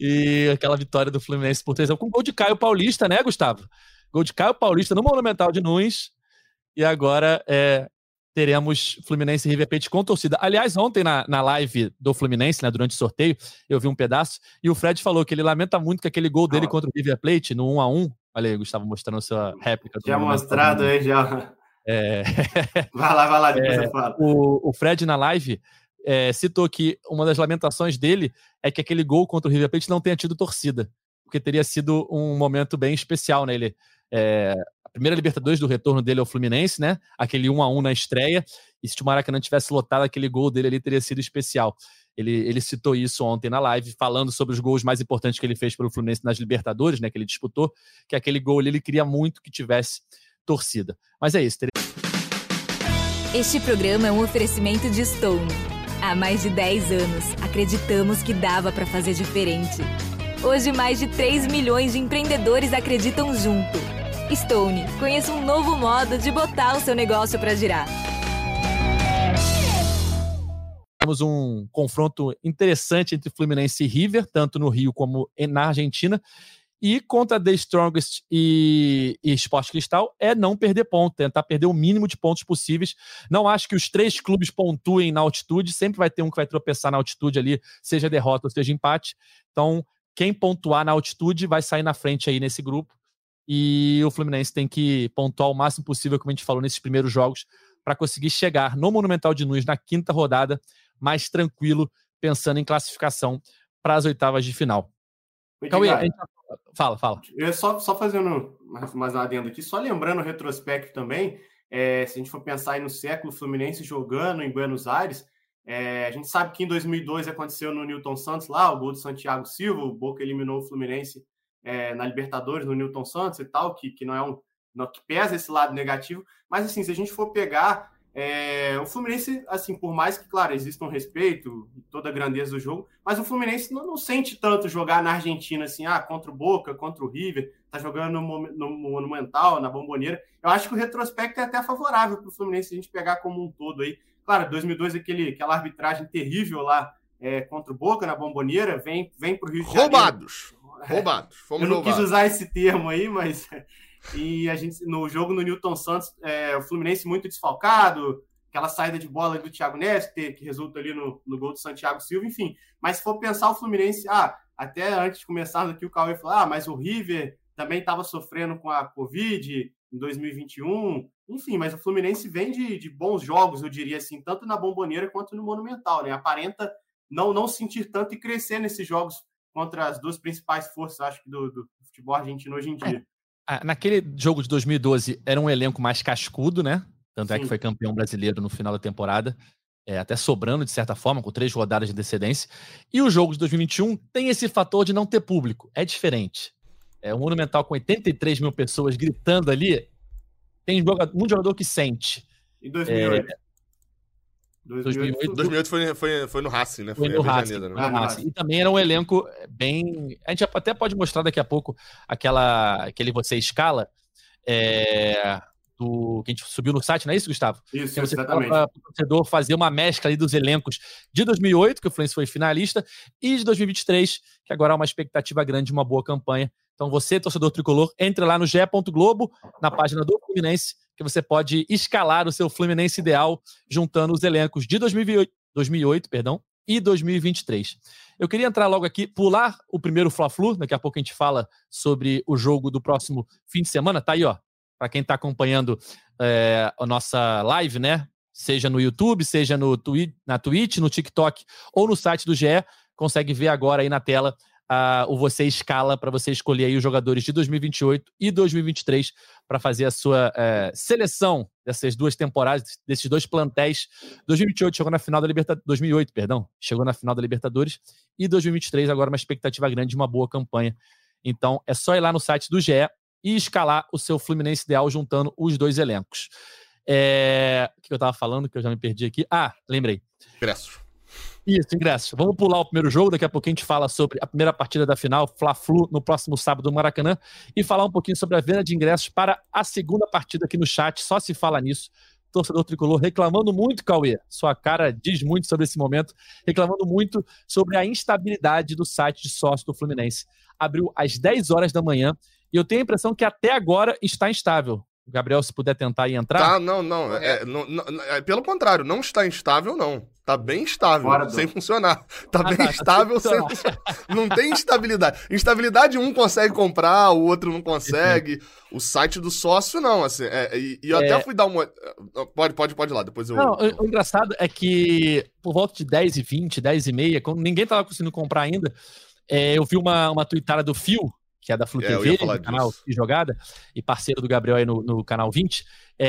E aquela vitória do Fluminense por três a um, com gol de Caio Paulista, né, Gustavo? Gol de Caio Paulista no Monumental de Nunes. E agora é... teremos Fluminense e River Plate com torcida. Aliás, ontem na, na live do Fluminense, né, durante o sorteio, eu vi um pedaço, e o Fred falou que ele lamenta muito que aquele gol dele ah. contra o River Plate, no um a um, olha aí, Gustavo, mostrando a sua réplica. Já mostrado aí, já. É... Vai lá, vai lá, depois é, eu falo. O, o Fred, na live, é, citou que uma das lamentações dele é que aquele gol contra o River Plate não tenha tido torcida, porque teria sido um momento bem especial, né, ele... É, a primeira Libertadores do retorno dele ao Fluminense, né? Aquele um a um na estreia, e se o Maracanã tivesse lotado, aquele gol dele ali teria sido especial. Ele, ele citou isso ontem na live, falando sobre os gols mais importantes que ele fez pelo Fluminense nas Libertadores, né? Que ele disputou, que aquele gol ali ele queria muito que tivesse torcida. Mas é isso. Ter... Este programa é um oferecimento de Stone. Há mais de dez anos, acreditamos que dava para fazer diferente. Hoje, mais de três milhões de empreendedores acreditam junto. Stone, conheça um novo modo de botar o seu negócio para girar. Temos um confronto interessante entre Fluminense e River, tanto no Rio como na Argentina. E contra The Strongest e, e Sport Cristal é não perder ponto, tentar perder o mínimo de pontos possíveis. Não acho que os três clubes pontuem na altitude, sempre vai ter um que vai tropeçar na altitude ali, seja derrota ou seja empate. Então, quem pontuar na altitude vai sair na frente aí nesse grupo. E o Fluminense tem que pontuar o máximo possível, como a gente falou nesses primeiros jogos, para conseguir chegar no Monumental de Nunes na quinta rodada mais tranquilo, pensando em classificação para as oitavas de final. Cauê, a gente... Fala, fala. Eu só, só fazendo mais, mais um adendo aqui, só lembrando o retrospecto também, é, se a gente for pensar aí no século Fluminense jogando em Buenos Aires, é, a gente sabe que em dois mil e dois aconteceu no Newton Santos lá, o gol do Santiago Silva, o Boca eliminou o Fluminense É, na Libertadores, no Newton Santos e tal, que, que não é um não, que pesa esse lado negativo, mas assim, se a gente for pegar É, o Fluminense, assim, por mais que, claro, exista um respeito e toda a grandeza do jogo, mas o Fluminense não, não sente tanto jogar na Argentina, assim, ah, contra o Boca, contra o River, tá jogando no, no Monumental, na Bombonera. Eu acho que o retrospecto é até favorável para o Fluminense a gente pegar como um todo aí. Claro, dois mil e dois, aquele, aquela arbitragem terrível lá é, contra o Boca, na Bombonera, vem, vem para o Rio de Janeiro. Roubados! Roubados. Fomos Eu não roubados. quis usar esse termo aí, mas... E a gente, no jogo no Newton Santos, é, o Fluminense muito desfalcado, aquela saída de bola do Thiago Neves, que, que resulta ali no, no gol do Santiago Silva, enfim. Mas se for pensar o Fluminense, ah, até antes de começarmos aqui o Cauê falou, ah, mas o River também estava sofrendo com a Covid em dois mil e vinte e um, enfim, mas o Fluminense vem de, de bons jogos, eu diria assim, tanto na Bombonera quanto no Monumental, né? Aparenta não, não sentir tanto e crescer nesses jogos contra as duas principais forças, acho que, do, do futebol argentino hoje em dia. É. Naquele jogo de dois mil e doze, era um elenco mais cascudo, né? Tanto Sim. é que foi campeão brasileiro no final da temporada, é, até sobrando, de certa forma, com três rodadas de antecedência. E o jogo de dois mil e vinte e um tem esse fator de não ter público. É diferente. É um Monumental com oitenta e três mil pessoas gritando ali, tem jogador, um jogador que sente. E dois mil e oito? É, dois mil e oito, dois mil e oito foi, foi, foi no Racing, né? Foi, foi no em Racing, Janeiro, foi né? no Racing. E também era um elenco bem... A gente até pode mostrar daqui a pouco aquela, aquele Você Escala, é, do, que a gente subiu no site, não é isso, Gustavo? Isso, que você exatamente. Para o torcedor fazer uma mescla ali dos elencos de dois mil e oito, que o Fluminense foi finalista, e de dois mil e vinte e três, que agora há uma expectativa grande de uma boa campanha. Então você, torcedor tricolor, entre lá no ge ponto globo, na página do Fluminense, que você pode escalar o seu Fluminense ideal, juntando os elencos de dois mil e oito, dois mil e oito perdão, e dois mil e vinte e três. Eu queria entrar logo aqui, pular o primeiro Fla-Flu, daqui a pouco a gente fala sobre o jogo do próximo fim de semana, tá aí, ó, para quem está acompanhando é, a nossa live, né, seja no YouTube, seja no twi- na Twitch, no TikTok ou no site do G E, consegue ver agora aí na tela Uh, o Você Escala para você escolher aí os jogadores de dois mil e vinte e oito e dois mil e vinte e três para fazer a sua uh, seleção dessas duas temporadas, desses dois plantéis. dois mil e vinte e oito chegou na final da Libertadores, dois mil e oito, perdão, chegou na final da Libertadores, e dois mil e vinte e três agora uma expectativa grande de uma boa campanha. Então é só ir lá no site do G E e escalar o seu Fluminense ideal juntando os dois elencos. É... O que eu estava falando que eu já me perdi aqui? Ah, lembrei. Ingressos. Isso, ingresso. Vamos pular o primeiro jogo, daqui a pouquinho a gente fala sobre a primeira partida da final, Fla-Flu, no próximo sábado no Maracanã, e falar um pouquinho sobre a venda de ingressos para a segunda partida aqui no chat, só se fala nisso. Torcedor tricolor reclamando muito, Cauê, sua cara diz muito sobre esse momento, reclamando muito sobre a instabilidade do site de sócio do Fluminense. Abriu às dez horas da manhã e eu tenho a impressão que até agora está instável. O Gabriel, se puder tentar ir entrar. Tá, não, não. É, não, não é, pelo contrário, não está instável, não. Tá bem estável, Fora sem do... funcionar. Tá Ah, bem tá, estável, tá sem funcionar. Não tem instabilidade. Instabilidade um consegue comprar, o outro não consegue. O site do sócio, não. Assim, é, e, e eu É... até fui dar uma... Pode, pode, pode ir lá, depois eu... Não, o, o engraçado é que por volta de dez e vinte, dez e meia, quando ninguém tava conseguindo comprar ainda, é, eu vi uma, uma tweetada do Fio, que é da Flu É, eu T V, ia falar do canal disso. de Jogada, e parceiro do Gabriel aí no, no canal vinte,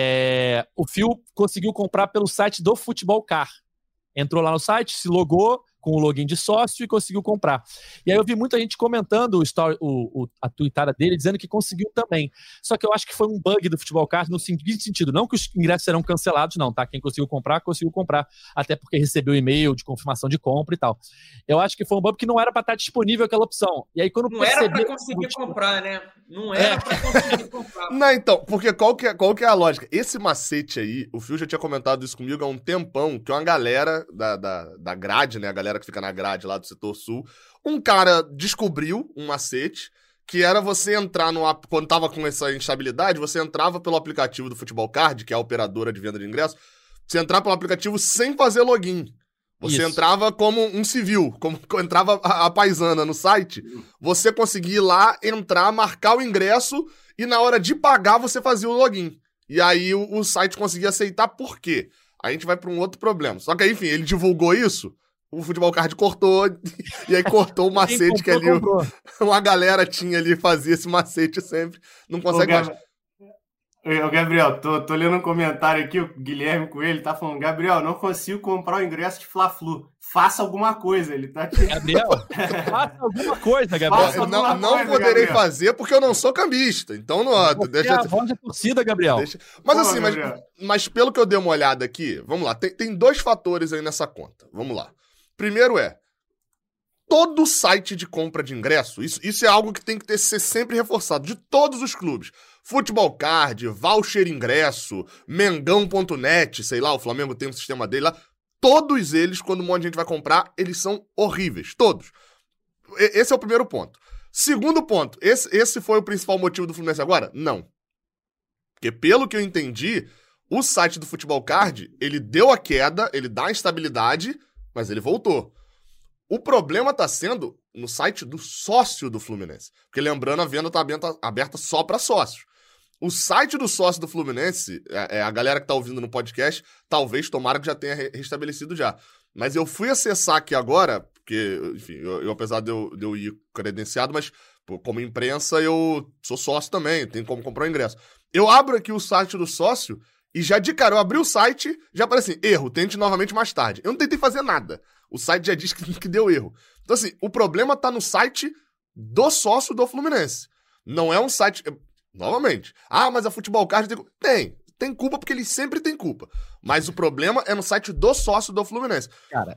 é, o Fio conseguiu comprar pelo site do Futebol Car. Entrou lá no site, se logou com o login de sócio e conseguiu comprar. E aí eu vi muita gente comentando o story, o, o, a tweetada dele, dizendo que conseguiu também. Só que eu acho que foi um bug do Futebol Card no seguinte sentido, não que os ingressos serão cancelados, não, tá? Quem conseguiu comprar, conseguiu comprar, até porque recebeu e-mail de confirmação de compra e tal. Eu acho que foi um bug que não era para estar disponível aquela opção. E aí quando Não percebi... era para conseguir comprar, né? Não era É. para conseguir comprar. Não, então, porque qual que, é, qual que é a lógica? Esse macete aí, o Phil já tinha comentado isso comigo há um tempão, que uma galera da, da, da grade, né, a galera que fica na grade lá do setor sul, um cara descobriu um macete, que era você entrar no... Quando tava com essa instabilidade, você entrava pelo aplicativo do Futebol Card, que é a operadora de venda de ingressos, você entrava pelo aplicativo sem fazer login. Você Isso. entrava como um civil, como entrava a, a paisana no site, você conseguia ir lá, entrar, marcar o ingresso e na hora de pagar você fazia o login. E aí o, o site conseguia aceitar por quê? Aí a gente vai para um outro problema. Só que aí, enfim, ele divulgou isso, o Futebol Card cortou, e aí cortou o macete que ali o, uma galera tinha ali, fazia esse macete sempre, não consegue Ô, mais. Gabriel, Ô, Gabriel, tô, tô lendo um comentário aqui, o Guilherme Coelho tá falando, Gabriel, não consigo comprar o ingresso de Fla-Flu. Faça alguma coisa, ele tá aqui. Gabriel, faça alguma coisa, Gabriel. Faça não alguma não coisa, poderei Gabriel. fazer porque eu não sou cambista. Então, não, Você deixa... é a voz da torcida, Gabriel. deixa... Mas Pô, assim, mas, Gabriel. mas pelo que eu dei uma olhada aqui, vamos lá, tem, tem dois fatores aí nessa conta. Vamos lá. Primeiro é, todo site de compra de ingresso, isso, isso é algo que tem que ter, ser sempre reforçado, de todos os clubes. Futebol Card, Voucher Ingresso, Mengão ponto net, sei lá, o Flamengo tem um sistema dele lá. Todos eles, quando um monte de gente vai comprar, eles são horríveis. Todos. E- esse é o primeiro ponto. Segundo ponto, esse, esse foi o principal motivo do Fluminense agora? Não. Porque pelo que eu entendi, o site do Futebol Card, ele deu a queda, ele dá a instabilidade, mas ele voltou. O problema tá sendo no site do sócio do Fluminense. Porque lembrando, a venda tá aberta, aberta só para sócios. O site do sócio do Fluminense, é, é, a galera que tá ouvindo no podcast, talvez, tomara que já tenha re- restabelecido já. Mas eu fui acessar aqui agora, porque, enfim, eu, eu, apesar de eu, de eu ir credenciado, mas pô, como imprensa eu sou sócio também, tem como comprar o ingresso. Eu abro aqui o site do sócio e já de cara, eu abri o site, já aparece assim, erro, tente novamente mais tarde. Eu não tentei fazer nada. O site já diz que, que deu erro. Então assim, o problema tá no site do sócio do Fluminense. Não é um site... Novamente. Ah, mas a Futebol Card tem... Tem. Tem culpa porque eles sempre têm culpa. Mas o problema é no site do sócio do Fluminense. Cara,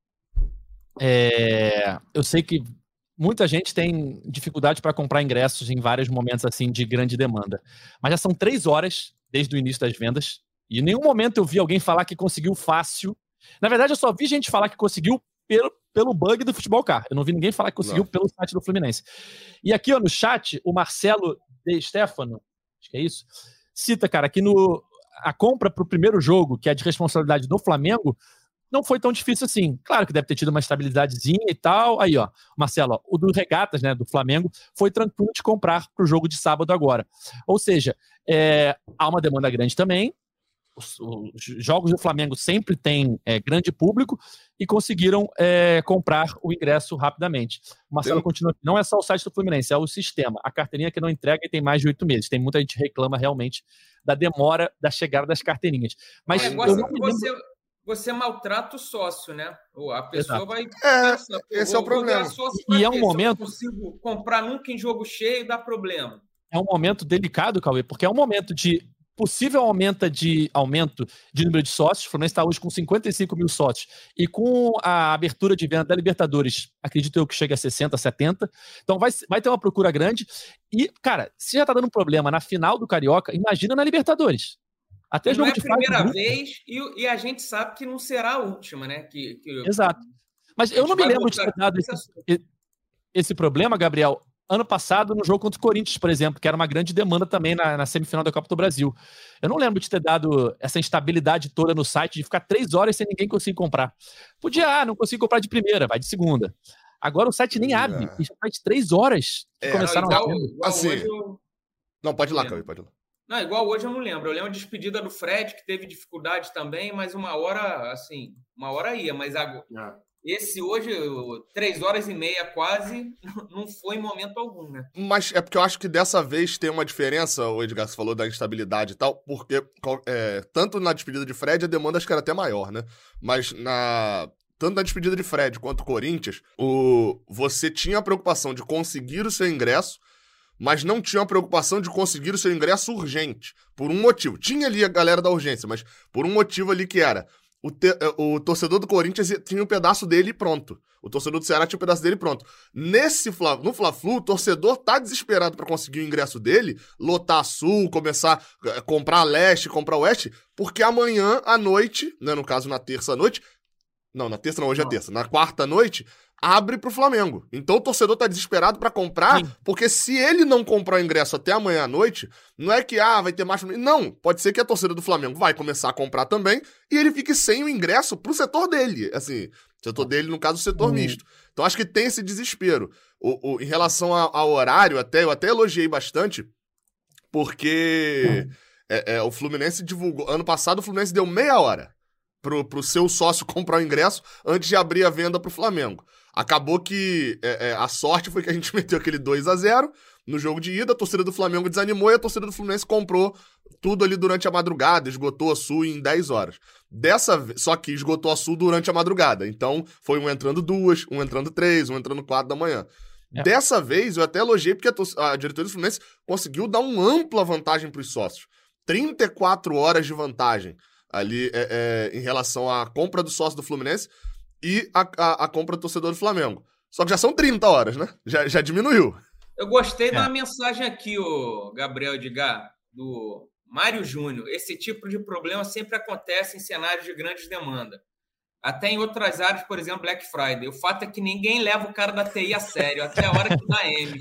é, eu sei que muita gente tem dificuldade para comprar ingressos em vários momentos assim de grande demanda. Mas já são três horas desde o início das vendas e em nenhum momento eu vi alguém falar que conseguiu fácil. Na verdade, eu só vi gente falar que conseguiu pelo, pelo bug do Futebol Car. Eu não vi ninguém falar que conseguiu Não. pelo site do Fluminense. E aqui ó, no chat, o Marcelo De Stefano, acho que é isso, cita, cara, que no, a compra para o primeiro jogo, que é de responsabilidade do Flamengo, não foi tão difícil assim. Claro que deve ter tido uma estabilidadezinha e tal. Aí, ó, Marcelo, ó, o do Regatas, né, do Flamengo, foi tranquilo de comprar pro jogo de sábado agora. Ou seja, é, há uma demanda grande também. Os, os jogos do Flamengo sempre têm é, grande público e conseguiram é, comprar o ingresso rapidamente. O Marcelo Tem- continua aqui. Não é só o site do Fluminense, é o sistema. A carteirinha que não entrega e tem mais de oito meses. Tem muita gente que reclama realmente da demora da chegada das carteirinhas. Mas É, eu você, não me lembro... você, você maltrata o sócio, né? Ou A pessoa Exato. vai É, pensar, pô, esse é o vou- vou problema. virar sócio E pra é um quê? Se eu momento- não consigo comprar nunca em jogo cheio, dá problema. É um momento delicado, Cauê, porque é um momento de possível aumento de, aumento de número de sócios. O Fluminense está hoje com cinquenta e cinco mil sócios. E com a abertura de venda da Libertadores, acredito eu que chega a sessenta, setenta. Então vai, vai ter uma procura grande. E, cara, se já está dando um problema na final do Carioca, imagina na Libertadores. Até Não jogo é a de fase de primeira grupo. vez e, e a gente sabe que não será a última, né? Que, que Exato. Mas a eu gente não me vai lembro de voltar ter dado nesse esse, e- esse problema, Gabriel, ano passado no jogo contra o Corinthians, por exemplo, que era uma grande demanda também na, na semifinal da Copa do Brasil. Eu não lembro de ter dado essa instabilidade toda no site, de ficar três horas sem ninguém conseguir comprar. Podia, ah, não consigo comprar de primeira, vai de segunda. Agora o site nem abre, É. e já faz três horas que É, começaram não, a igual, venda. igual Assim, hoje eu... Não, pode ir lá, É. Cauê, pode ir lá. Não, igual hoje eu não lembro. Eu lembro a despedida do Fred, que teve dificuldade também, mas uma hora, assim, uma hora ia. Mas agora, Ah. esse hoje, eu- três horas e meia quase, não foi em momento algum, né? Mas é porque eu acho que dessa vez tem uma diferença, o Edgar, você falou da instabilidade e tal, porque é, tanto na despedida de Fred a demanda acho que era até maior, né? Mas na... Tanto na despedida de Fred quanto Corinthians, o... você tinha a preocupação de conseguir o seu ingresso, mas não tinha a preocupação de conseguir o seu ingresso urgente, por um motivo. Tinha ali a galera da urgência, mas por um motivo ali que era... O, te... o torcedor do Corinthians tinha um pedaço dele pronto. O torcedor do Ceará tinha um pedaço dele pronto. Nesse Fla... No Fla-Flu, o torcedor tá desesperado pra conseguir o ingresso dele, lotar Sul, começar a comprar Leste, comprar Oeste, porque amanhã à noite, né, no caso na terça à noite, não, na terça não, hoje é Não. terça, na quarta à noite, abre pro Flamengo. Então o torcedor tá desesperado pra comprar, Sim. porque se ele não comprar o ingresso até amanhã à noite, não é que, ah, vai ter mais... Não, pode ser que a torcida do Flamengo vai começar a comprar também, e ele fique sem o ingresso pro setor dele, assim, setor dele, no caso, o setor Hum. misto. Então acho que tem esse desespero. O, o- em relação a- ao horário, até, eu até elogiei bastante, porque é, é, o Fluminense divulgou... Ano passado o Fluminense deu meia hora pro, pro seu sócio comprar o ingresso antes de abrir a venda pro Flamengo. Acabou que é, é, a sorte foi que a gente meteu aquele dois a zero no jogo de ida, a torcida do Flamengo desanimou e a torcida do Fluminense comprou tudo ali durante a madrugada, esgotou a Sul em dez horas. Dessa vez, só que esgotou a Sul durante a madrugada, então foi um entrando duas, um entrando três, um entrando quatro da manhã. É. Dessa vez, eu até elogiei porque a, tor- a diretoria do Fluminense conseguiu dar uma ampla vantagem para os sócios. trinta e quatro horas de vantagem ali é, é, em relação à compra do sócio do Fluminense e a, a, a compra do torcedor do Flamengo. Só que já são trinta horas, né? Já, já diminuiu. Eu gostei É. de uma mensagem aqui, o Gabriel Edgar, do Mário Júnior. Esse tipo de problema sempre acontece em cenários de grande demanda. Até em outras áreas, por exemplo, Black Friday. O fato é que ninguém leva o cara da T I a sério, até a hora que dá M.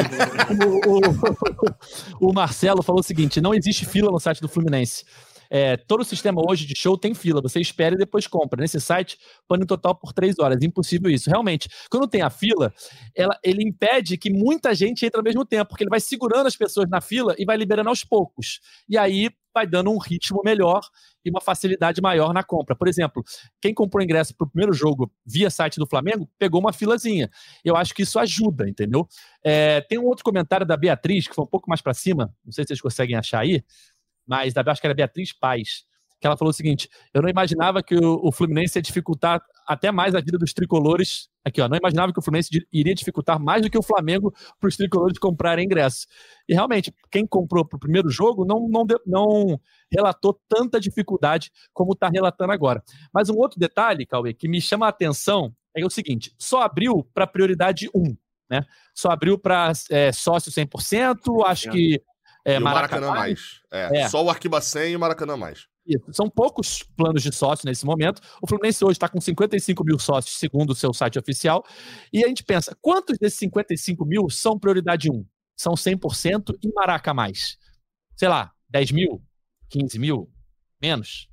o, o, o Marcelo falou o seguinte, não existe fila no site do Fluminense. É, todo o sistema hoje de show tem fila, você espera e depois compra. Nesse site, pane total por três horas. Impossível isso. Realmente, quando tem a fila, ela, ele impede que muita gente entre ao mesmo tempo, porque ele vai segurando as pessoas na fila e vai liberando aos poucos. E aí vai dando um ritmo melhor e uma facilidade maior na compra. Por exemplo, quem comprou ingresso para o primeiro jogo via site do Flamengo, pegou uma filazinha. Eu acho que isso ajuda, entendeu? É, tem um outro comentário da Beatriz, que foi um pouco mais para cima, não sei se vocês conseguem achar aí, mas acho que era Beatriz Paz, que ela falou o seguinte, eu não imaginava que o, o Fluminense ia dificultar até mais a vida dos tricolores, aqui ó, não imaginava que o Fluminense iria dificultar mais do que o Flamengo para os tricolores comprarem ingressos. E realmente, quem comprou para o primeiro jogo não, não, não relatou tanta dificuldade como está relatando agora. Mas um outro detalhe, Cauê, que me chama a atenção é o seguinte, só abriu para prioridade um, né? Só abriu para é, sócio cem por cento, acho que É, e o Maracanã, Maracanã mais. É, é. Só o Arquiba cem e o Maracanã mais. Isso. São poucos planos de sócio nesse momento. O Fluminense hoje está com cinquenta e cinco mil sócios, segundo o seu site oficial. E a gente pensa, quantos desses cinquenta e cinco mil são prioridade um? São cem por cento e Maraca mais? Sei lá, dez mil? quinze mil? Menos?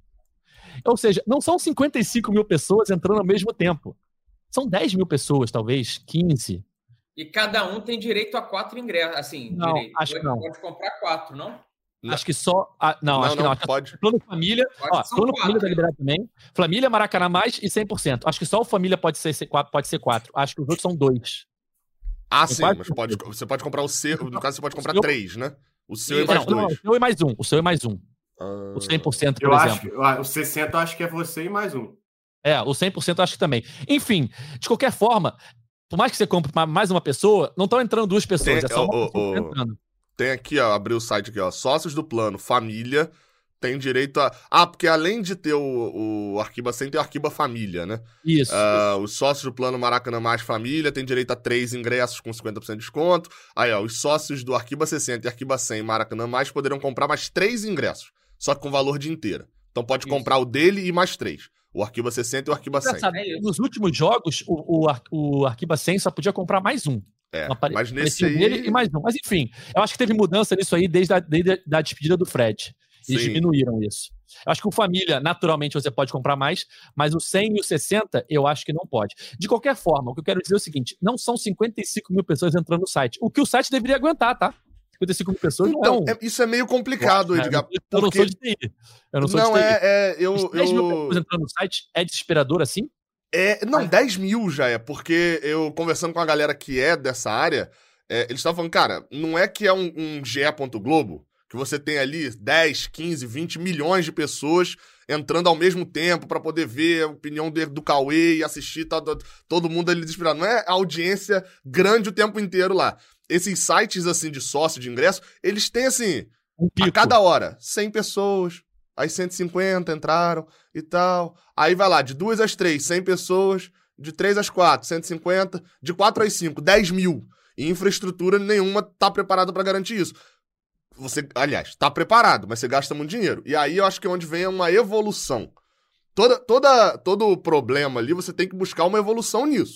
Ou seja, não são cinquenta e cinco mil pessoas entrando ao mesmo tempo. São dez mil pessoas, talvez, quinze. E cada um tem direito a quatro ingressos, assim, não, direito. Acho que não. Pode comprar quatro, não? Não. Acho que só... Ah, não, não, acho que não. não Acho pode. Que plano Família... Pode ó, plano Família tá liberado também. Família, Maracanã mais e cem por cento. Acho que só o Família pode ser quatro. Pode ser quatro. Acho que os outros são dois. Ah, tem sim, mas pode, você pode comprar o seu... No caso, você pode comprar seu... três, né? O seu e mais não, dois. Não, o seu e mais um. O seu e mais um. Ah... O cem por cento, por eu exemplo. Acho, o sessenta por cento eu acho que é você e mais um. É, o cem por cento eu acho que também. Enfim, de qualquer forma... Por mais que você compre mais uma pessoa, não estão entrando duas pessoas, tem, é só uma o, pessoa o, que tá entrando. Tem aqui, ó, abri o site aqui, ó, sócios do plano, família, tem direito a... Ah, porque além de ter o, o Arquiba cem, tem o Arquiba Família, né? Isso, uh, isso. Os sócios do plano Maracanã Mais Família tem direito a três ingressos com cinquenta por cento de desconto. Aí, ó, os sócios do Arquiba sessenta e Arquiba cem Maracanã Mais poderão comprar mais três ingressos, só que com valor de inteira. Então pode isso. comprar o dele e mais três. O Arquiba sessenta e o Arquiba cem. É, nos últimos jogos, o, o, o Arquiba cem só podia comprar mais um. É, apare... mas nesse aí... dele e mais um. Mas enfim, eu acho que teve mudança nisso aí desde a, desde a despedida do Fred. Eles Sim. diminuíram isso. Eu acho que o Família, naturalmente, você pode comprar mais, mas o cem e o sessenta, eu acho que não pode. De qualquer forma, o que eu quero dizer é o seguinte, não são cinquenta e cinco mil pessoas entrando no site. O que o site deveria aguentar, tá? cinquenta e cinco mil pessoas então, não é um... é, isso é meio complicado, Nossa, Edgar. Eu porque... não sou de T I. Eu não sou não, de T I. É, é, eu, Os dez mil eu... pessoas entrando no site é desesperador assim? É, não, dez mil já é, porque eu conversando com a galera que é dessa área, é, eles estavam falando, cara, não é que é um, um G E. Globo, que você tem ali dez, quinze, vinte milhões de pessoas entrando ao mesmo tempo pra poder ver a opinião de, do Cauê e assistir tá, todo mundo ali desesperado. Não é audiência grande o tempo inteiro lá. Esses sites, assim, de sócio, de ingresso, eles têm, assim, um a cada hora, cem pessoas, aí cento e cinquenta entraram e tal. Aí vai lá, de duas às três, cem pessoas, de três às quatro, cento e cinquenta, de quatro às cinco, dez mil. E infraestrutura nenhuma tá preparada pra garantir isso. Você, aliás, tá preparado, mas você gasta muito dinheiro. E aí eu acho que é onde vem uma evolução. Toda, toda, todo problema ali, você tem que buscar uma evolução nisso.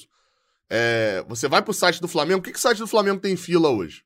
É, você vai pro site do Flamengo, o que, que o site do Flamengo tem em fila hoje?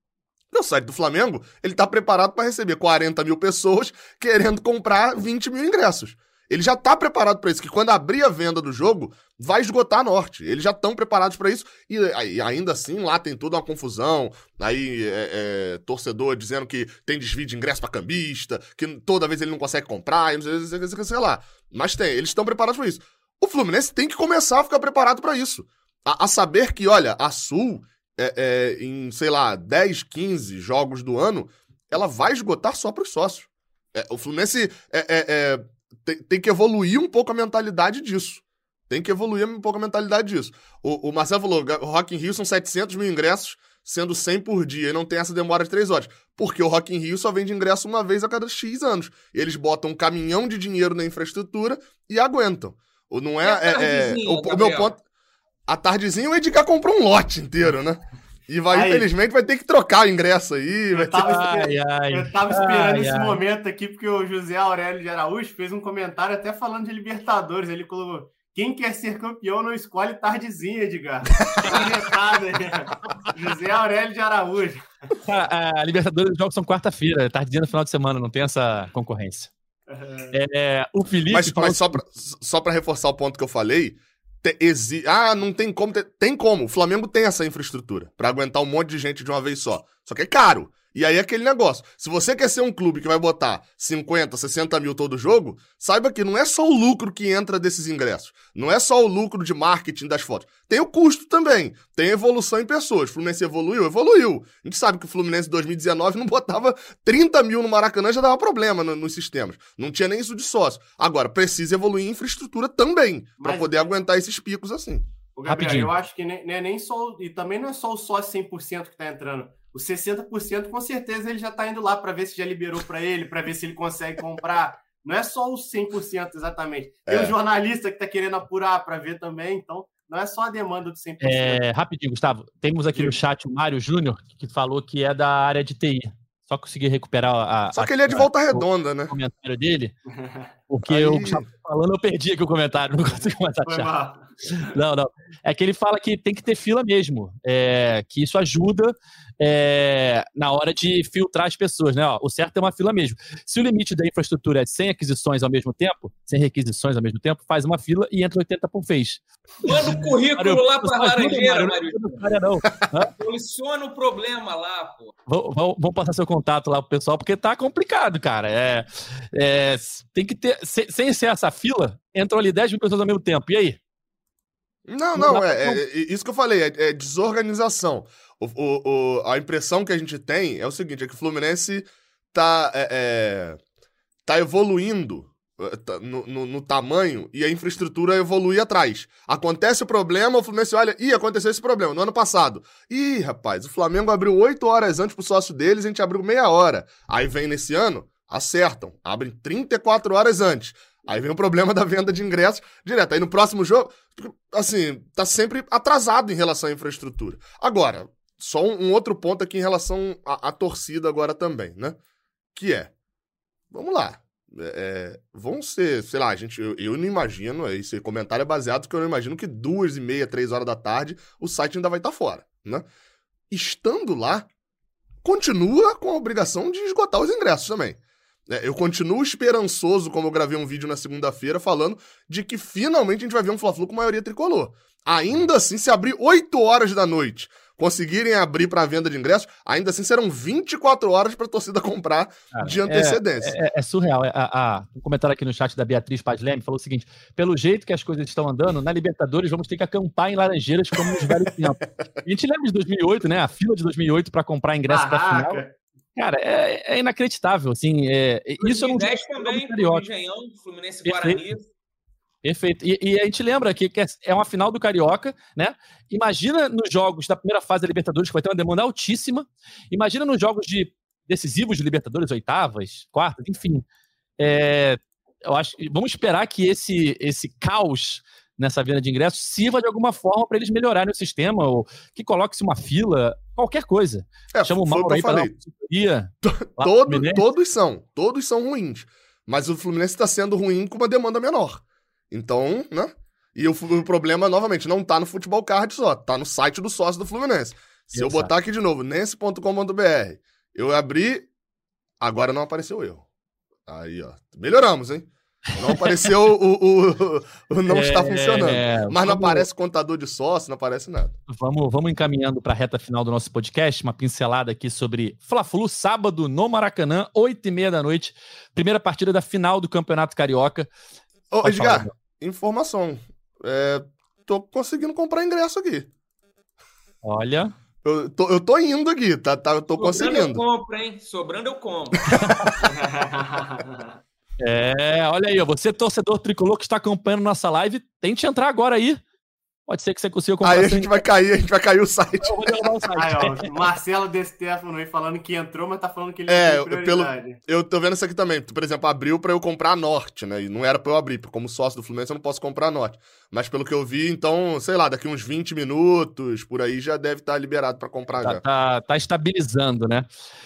O site do Flamengo, ele tá preparado para receber quarenta mil pessoas querendo comprar vinte mil ingressos. Ele já tá preparado para isso, que quando abrir a venda do jogo, vai esgotar a norte. Eles já estão preparados para isso, e, e ainda assim lá tem toda uma confusão, aí é, é, torcedor dizendo que tem desvio de ingresso para cambista, que toda vez ele não consegue comprar, sei, sei, sei lá. Mas tem, eles estão preparados para isso. O Fluminense tem que começar a ficar preparado para isso. A, a saber que, olha, a Sul, é, é, em, sei lá, dez, quinze jogos do ano, ela vai esgotar só para os sócios. É, o Fluminense é, é, é, tem, tem que evoluir um pouco a mentalidade disso. Tem que evoluir um pouco a mentalidade disso. O, o Marcelo falou, o Rock in Rio são setecentos mil ingressos, sendo cem por dia, e não tem essa demora de três horas. Porque o Rock in Rio só vende ingresso uma vez a cada X anos. Eles botam um caminhão de dinheiro na infraestrutura e aguentam. O, não é, é, é o, o meu ponto... A tardezinha o Edgar comprou um lote inteiro, né? E vai, aí, infelizmente, vai ter que trocar o ingresso aí. Eu tava, ter... ai, ai, eu tava esperando ai, esse ai. momento aqui, porque o José Aurélio de Araújo fez um comentário até falando de Libertadores. Ele colocou: quem quer ser campeão não escolhe tardezinha, Edgar. José Aurélio de Araújo. A, a Libertadores, os jogos são quarta-feira, tardezinha no final de semana, não tem essa concorrência. Uhum. É, o Felipe. Mas, mas só, pra, só pra reforçar o ponto que eu falei. Te, exi... Ah, não tem como. Ter... Tem como. O Flamengo tem essa infraestrutura pra aguentar um monte de gente de uma vez só. Só que é caro. E aí é aquele negócio. Se você quer ser um clube que vai botar cinquenta, sessenta mil todo jogo, saiba que não é só o lucro que entra desses ingressos. Não é só o lucro de marketing das fotos. Tem o custo também. Tem evolução em pessoas. O Fluminense evoluiu? Evoluiu. A gente sabe que o Fluminense em dois mil e dezenove não botava trinta mil no Maracanã, já dava problema no, nos sistemas. Não tinha nem isso de sócio. Agora, precisa evoluir em infraestrutura também, para poder aguentar esses picos assim. O Gabriel, rapidinho. Eu acho que nem, nem, nem só... E também não é só o sócio cem por cento que tá entrando. Os sessenta por cento, com certeza, ele já está indo lá para ver se já liberou para ele, para ver se ele consegue comprar. Não é só os cem por cento exatamente. Tem é. um jornalista que está querendo apurar para ver também, então não é só a demanda do cem por cento. É, rapidinho, Gustavo. Temos aqui Sim. no chat o Mário Júnior, que falou que é da área de T I. Só consegui recuperar a... Só que ele é de Volta a, Redonda, o, né? O comentário dele. Porque Aí... eu estava falando, eu perdi aqui o comentário. Não consegui mais achar. Não, não. É que ele fala que tem que ter fila mesmo. É, que isso ajuda é, na hora de filtrar as pessoas, né? Ó, o certo é uma fila mesmo. Se o limite da infraestrutura é cem aquisições ao mesmo tempo, cem requisições ao mesmo tempo, faz uma fila e entra oitenta por vez. Manda o currículo Mário, lá para a Laranjeira, Mário. Não. Soluciona o problema lá, pô. Vamos passar seu contato lá pro pessoal, porque tá complicado, cara. É, é, tem que ter... Sem, sem ser essa fila, entram ali dez mil pessoas ao mesmo tempo. E aí? Não, não, não é, é, é isso que eu falei, é, é desorganização. O, o, o, a impressão que a gente tem é o seguinte, é que o Fluminense tá, é, é, tá evoluindo tá, no, no, no tamanho e a infraestrutura evolui atrás. Acontece o problema, o Fluminense olha, ih, aconteceu esse problema no ano passado. Ih, rapaz, o Flamengo abriu oito horas antes pro sócio deles, a gente abriu meia hora. Aí vem nesse ano, acertam, abrem trinta e quatro horas antes. Aí vem o problema da venda de ingressos direto. Aí no próximo jogo, assim, tá sempre atrasado em relação à infraestrutura. Agora, só um, um outro ponto aqui em relação à, à torcida agora também, né? Que é, vamos lá, é, vão ser, sei lá, a gente, eu, eu não imagino, esse comentário é baseado que eu não imagino que duas e meia, três horas da tarde, o site ainda vai estar fora, né? Estando lá, continua com a obrigação de esgotar os ingressos também. Eu continuo esperançoso, como eu gravei um vídeo na segunda-feira, falando de que finalmente a gente vai ver um Fla-Flu com maioria tricolor. Ainda assim, se abrir oito horas da noite, conseguirem abrir para venda de ingressos, ainda assim serão vinte e quatro horas para a torcida comprar Cara, de antecedência. É, é, é surreal. A, a, um comentário aqui no chat da Beatriz Paz Leme falou o seguinte: pelo jeito que as coisas estão andando, na Libertadores vamos ter que acampar em Laranjeiras como nos velhos tempos. A gente lembra de dois mil e oito, né? A fila de dois mil e oito para comprar ingresso para a final. Cara, é, é inacreditável, assim, é, isso eu não digo também, Engenhão, Fluminense Guarani. Perfeito, e, e a gente lembra que, que é uma final do Carioca, né, imagina nos jogos da primeira fase da Libertadores, que vai ter uma demanda altíssima, imagina nos jogos de decisivos de Libertadores, oitavas, quartas, enfim, é, eu acho, vamos esperar que esse, esse caos nessa venda de ingressos sirva de alguma forma para eles melhorarem o sistema, ou que coloque-se uma fila, qualquer coisa. É, Chama o Mauro aí para dar uma consultoria. Todo, todos são, todos são ruins. Mas o Fluminense está sendo ruim com uma demanda menor. Então, né? E o, o problema, novamente, não tá no Futebol Card só, tá no site do sócio do Fluminense. Se Exato. eu botar aqui de novo, nense ponto com ponto b r, eu abri, agora não apareceu o erro. Aí, ó, melhoramos, hein? Não apareceu o, o, o não é, está funcionando. É, mas não vamos, aparece contador de sócio, não aparece nada. Vamos, vamos encaminhando para a reta final do nosso podcast, uma pincelada aqui sobre Fla-Flu, sábado no Maracanã, oito e meia da noite, primeira partida da final do Campeonato Carioca. Ô, Edgar, falar, informação. É, tô conseguindo comprar ingresso aqui. Olha... Eu tô, eu tô indo aqui, tá, tá, eu tô Sobrando conseguindo. eu compro, hein? Sobrando eu compro. É, olha aí, ó, você torcedor tricolor que está acompanhando nossa live, tente entrar agora aí. Pode ser que você consiga comprar. Aí a gente vai cair, a gente vai cair o site. Eu vou derrubar o site. Aí, ó, Marcelo De Stefano aí falando que entrou, mas tá falando que ele É, não tem eu, pelo, prioridade. eu tô vendo isso aqui também. Por exemplo, abriu pra eu comprar a Norte, né? E não era pra eu abrir, porque como sócio do Fluminense eu não posso comprar a Norte. Mas pelo que eu vi, então, sei lá, daqui uns vinte minutos, por aí, já deve estar liberado pra comprar Tá, já. tá, tá estabilizando, né?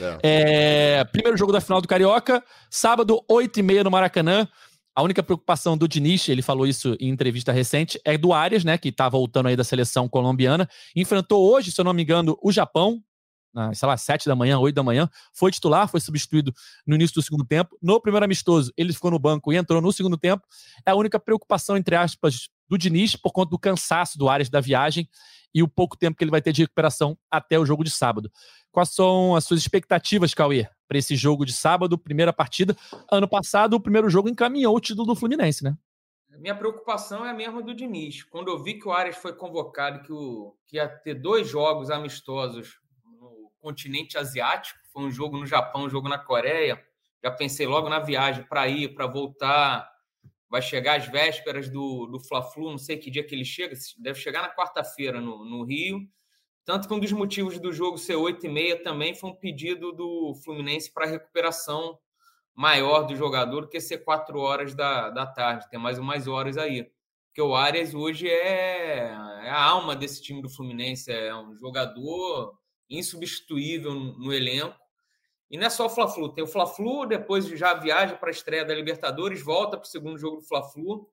É. É, primeiro jogo da final do Carioca, sábado, oito e meia no Maracanã. A única preocupação do Diniz, ele falou isso em entrevista recente, é do Arias, né, que tá voltando aí da seleção colombiana. Enfrentou hoje, se eu não me engano, o Japão, sei lá, sete da manhã, oito da manhã. Foi titular, foi substituído no início do segundo tempo. No primeiro amistoso, ele ficou no banco e entrou no segundo tempo. É a única preocupação, entre aspas, do Diniz, por conta do cansaço do Arias da viagem e o pouco tempo que ele vai ter de recuperação até o jogo de sábado. Quais são as suas expectativas, Cauê, para esse jogo de sábado, primeira partida? Ano passado, o primeiro jogo encaminhou o título do Fluminense, né? Minha preocupação é a mesma do Diniz. Quando eu vi que o Arias foi convocado, que, o, que ia ter dois jogos amistosos no continente asiático, foi um jogo no Japão, um jogo na Coreia, já pensei logo na viagem para ir, para voltar. Vai chegar às vésperas do, do Fla-Flu, não sei que dia que ele chega, deve chegar na quarta-feira no, no Rio. Tanto que um dos motivos do jogo ser oito e meia também foi um pedido do Fluminense para recuperação maior do jogador do que ser quatro horas da, da tarde. Tem mais umas horas aí. Porque o Arias hoje é, é a alma desse time do Fluminense. É um jogador insubstituível no, no elenco. E não é só o Fla-Flu. Tem o Fla-Flu, depois já viaja para a estreia da Libertadores, volta para o segundo jogo do Fla-Flu.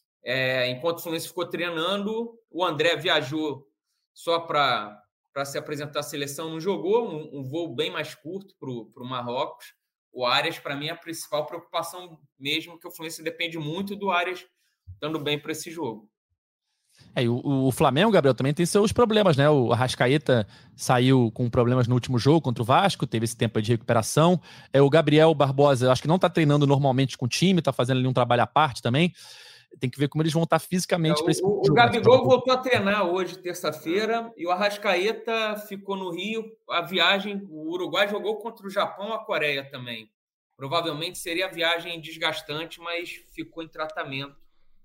É, enquanto o Fluminense ficou treinando, o André viajou só para para se apresentar à seleção, não jogou, um, um voo bem mais curto para o Marrocos. O Arias, para mim, é a principal preocupação mesmo, que o Fluminense depende muito do Arias estando bem para esse jogo. É, e o, o Flamengo, Gabriel, também tem seus problemas, né? O Arrascaeta saiu com problemas no último jogo contra o Vasco, teve esse tempo de recuperação. É, o Gabriel Barbosa, acho que não está treinando normalmente com o time, está fazendo ali um trabalho à parte também. Tem que ver como eles vão estar fisicamente é, para esse O, o jogo. Gabigol voltou a treinar hoje, terça-feira, e o Arrascaeta ficou no Rio. A viagem, o Uruguai jogou contra o Japão e a Coreia também. Provavelmente seria a viagem desgastante, mas ficou em tratamento.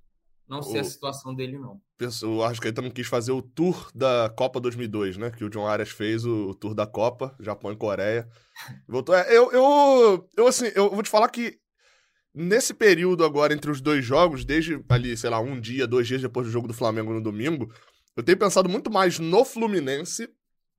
Não sei o, a situação dele, não. O Arrascaeta não quis fazer o tour da Copa dois mil e dois, né? Que o John Arias fez o, o tour da Copa, Japão e Coreia. Voltou. É, eu, eu, eu, assim, eu vou te falar que nesse período agora entre os dois jogos, desde ali, sei lá, um dia, dois dias depois do jogo do Flamengo no domingo, eu tenho pensado muito mais no Fluminense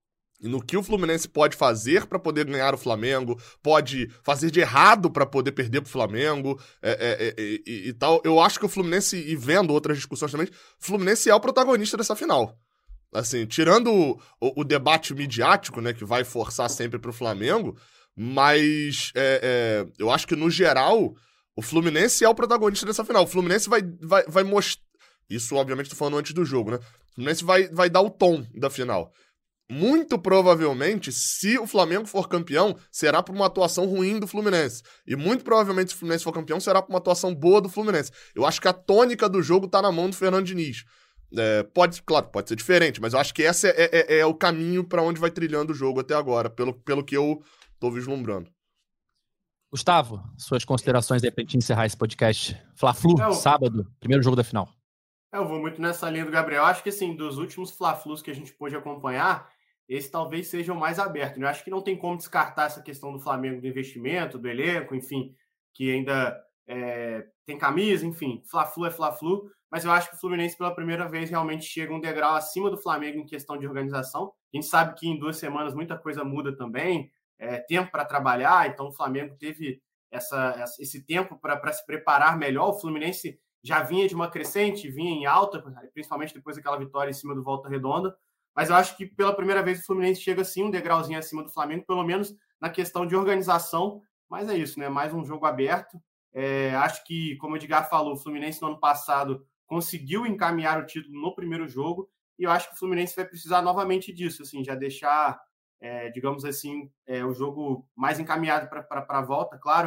e no que o Fluminense pode fazer para poder ganhar o Flamengo, pode fazer de errado para poder perder pro Flamengo é, é, é, e, e tal. Eu acho que o Fluminense, e vendo outras discussões também, o Fluminense é o protagonista dessa final. Assim, tirando o, o, o debate midiático, né, que vai forçar sempre pro Flamengo, mas é, é, eu acho que, no geral, o Fluminense é o protagonista dessa final. O Fluminense vai, vai, vai mostrar... Isso, obviamente, tô falando antes do jogo, né? O Fluminense vai, vai dar o tom da final. Muito provavelmente, se o Flamengo for campeão, será por uma atuação ruim do Fluminense. E muito provavelmente, se o Fluminense for campeão, será por uma atuação boa do Fluminense. Eu acho que a tônica do jogo tá na mão do Fernando Diniz. É, pode, claro, pode ser diferente, mas eu acho que esse é, é, é o caminho para onde vai trilhando o jogo até agora, pelo, pelo que eu tô vislumbrando. Gustavo, suas considerações aí pra gente encerrar esse podcast. Fla-Flu, eu... sábado, primeiro jogo da final. Eu vou muito nessa linha do Gabriel. Acho que, assim, dos últimos Fla-Flus que a gente pôde acompanhar, esse talvez seja o mais aberto. Eu acho que não tem como descartar essa questão do Flamengo, do investimento, do elenco, enfim, que ainda é, tem camisa, enfim, Fla-Flu é Fla-Flu, mas eu acho que o Fluminense pela primeira vez realmente chega um degrau acima do Flamengo em questão de organização. A gente sabe que em duas semanas muita coisa muda também, é, tempo para trabalhar, então o Flamengo teve essa, esse tempo para se preparar melhor. O Fluminense já vinha de uma crescente, vinha em alta, principalmente depois daquela vitória em cima do Volta Redonda, mas eu acho que pela primeira vez o Fluminense chega sim um degrauzinho acima do Flamengo, pelo menos na questão de organização, mas é isso, né? Mais um jogo aberto. É, acho que, como o Edgar falou, o Fluminense no ano passado conseguiu encaminhar o título no primeiro jogo, e eu acho que o Fluminense vai precisar novamente disso, assim, já deixar, é, digamos assim, é, o jogo mais encaminhado para a volta, claro.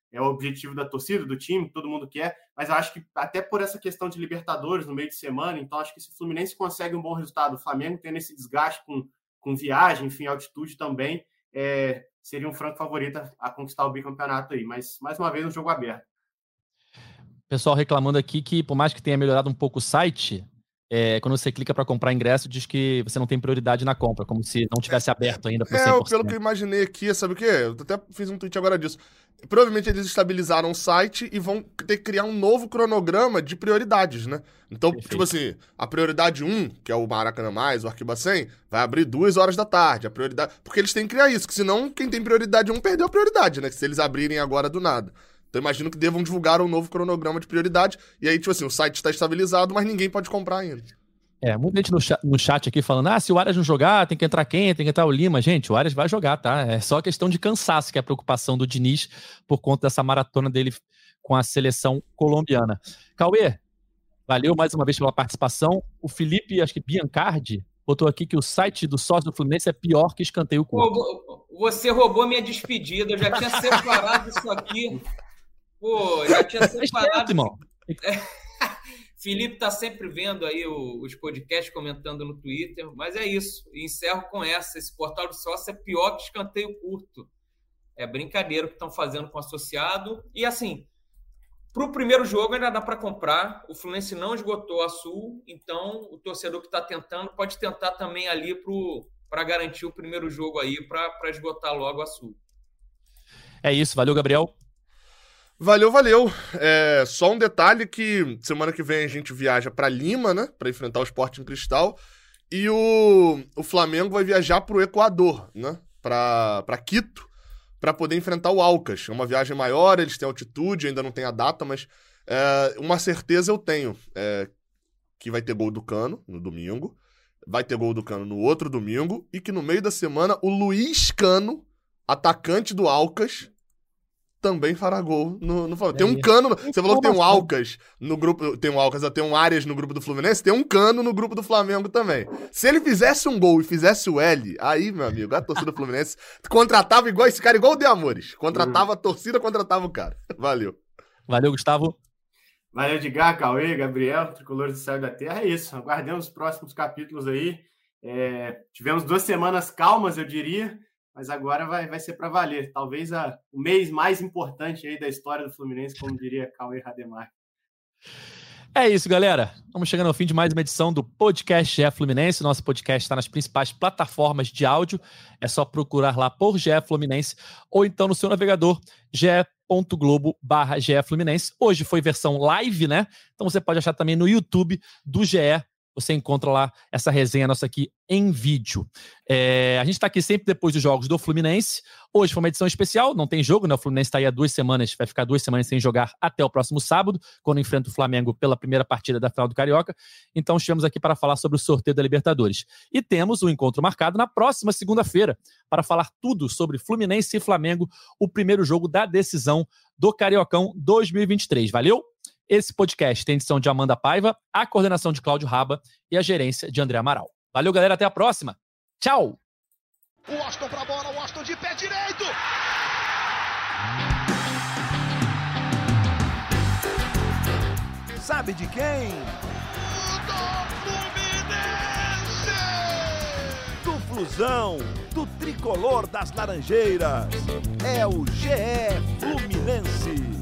é o objetivo da torcida, do time, todo mundo quer, mas eu acho que até por essa questão de Libertadores no meio de semana, então acho que se o Fluminense consegue um bom resultado, o Flamengo tendo esse desgaste com, com viagem, enfim, altitude também, é, seria um franco favorito a, a conquistar o bicampeonato aí, mas mais uma vez um jogo aberto. Pessoal reclamando aqui que por mais que tenha melhorado um pouco o site, É, quando você clica para comprar ingresso, diz que você não tem prioridade na compra, como se não tivesse aberto ainda por cem por cento. É, pelo que eu imaginei aqui, sabe o quê? Eu até fiz um tweet agora disso. Provavelmente eles estabilizaram o site e vão ter que criar um novo cronograma de prioridades, né? Então, Perfeito. tipo assim, a prioridade um, que é o Maracanã Mais, o Arquibacem, vai abrir duas horas da tarde. A prioridade... Porque eles têm que criar isso, que senão quem tem prioridade um perdeu a prioridade, né? Se eles abrirem agora do nada. Então, imagino que devam divulgar um novo cronograma de prioridade. E aí, tipo assim, o site está estabilizado, mas ninguém pode comprar ainda. É, muita gente no chat, no chat aqui falando, ah, se o Arias não jogar, tem que entrar quem? Tem que entrar o Lima. Gente, o Arias vai jogar, tá? É só questão de cansaço, que é a preocupação do Diniz por conta dessa maratona dele com a seleção colombiana. Cauê, valeu mais uma vez pela participação. O Felipe, acho que Biancardi, botou aqui que o site do sócio do Fluminense é pior que escanteio curto. Pô, você roubou minha despedida, eu já tinha separado isso aqui. Pô, já tinha separado. Irmão. É. Felipe tá sempre vendo aí o, os podcasts, comentando no Twitter, mas é isso. E encerro com essa. Esse portal de sócio é pior que escanteio curto. É brincadeira o que estão fazendo com o associado. E assim, para o primeiro jogo ainda dá para comprar. O Fluminense não esgotou a Sul, então o torcedor que está tentando pode tentar também ali para garantir o primeiro jogo aí, para esgotar logo a Sul. É isso. Valeu, Gabriel. Valeu, valeu. É, só um detalhe que semana que vem a gente viaja para Lima, né? Para enfrentar o Sporting Cristal. E o, o Flamengo vai viajar para o Equador, né? Para Quito, para poder enfrentar o Alcas. É uma viagem maior, eles têm altitude, ainda não tem a data, mas é, uma certeza eu tenho. É, que vai ter gol do Cano no domingo, vai ter gol do Cano no outro domingo, e que no meio da semana o Luiz Cano, atacante do Alcas, também fará gol no, no Flamengo. Tem um Cano... Você falou que tem um Alcas no grupo... Tem um Alcas, tem um Arias no grupo do Fluminense, tem um Cano no grupo do Flamengo também. Se ele fizesse um gol e fizesse o L, aí, meu amigo, a torcida do Fluminense contratava igual esse cara, igual o De Amores. Contratava a torcida, contratava o cara. Valeu. Valeu, Gustavo. Valeu, Edgar, Cauê, Gabriel, Tricolores do Céu e da Terra. É isso, aguardemos os próximos capítulos aí. É, tivemos duas semanas calmas, eu diria, mas agora vai, vai ser para valer. Talvez a, o mês mais importante aí da história do Fluminense, como diria Cauê Rademar. É isso, galera. Estamos chegando ao fim de mais uma edição do Podcast G E Fluminense. Nosso podcast está nas principais plataformas de áudio. É só procurar lá por G E Fluminense ou então no seu navegador ge ponto globo barra G E Fluminense. Hoje foi versão live, né? Então você pode achar também no YouTube do G E. Você encontra lá essa resenha nossa aqui em vídeo. É, a gente está aqui sempre depois dos jogos do Fluminense. Hoje foi uma edição especial, não tem jogo, né? O Fluminense está aí há duas semanas, vai ficar duas semanas sem jogar até o próximo sábado, quando enfrenta o Flamengo pela primeira partida da final do Carioca. Então estivemos aqui para falar sobre o sorteio da Libertadores. E temos um encontro marcado na próxima segunda-feira para falar tudo sobre Fluminense e Flamengo, o primeiro jogo da decisão do Cariocão dois mil e vinte e três. Valeu? Esse podcast tem edição de Amanda Paiva, a coordenação de Cláudio Raba e a gerência de André Amaral. Valeu, galera. Até a próxima. Tchau! O Washington pra bola, o Washington de pé direito! Sabe de quem? Do Fluminense! Do Flusão, do tricolor das Laranjeiras. É o G E Fluminense.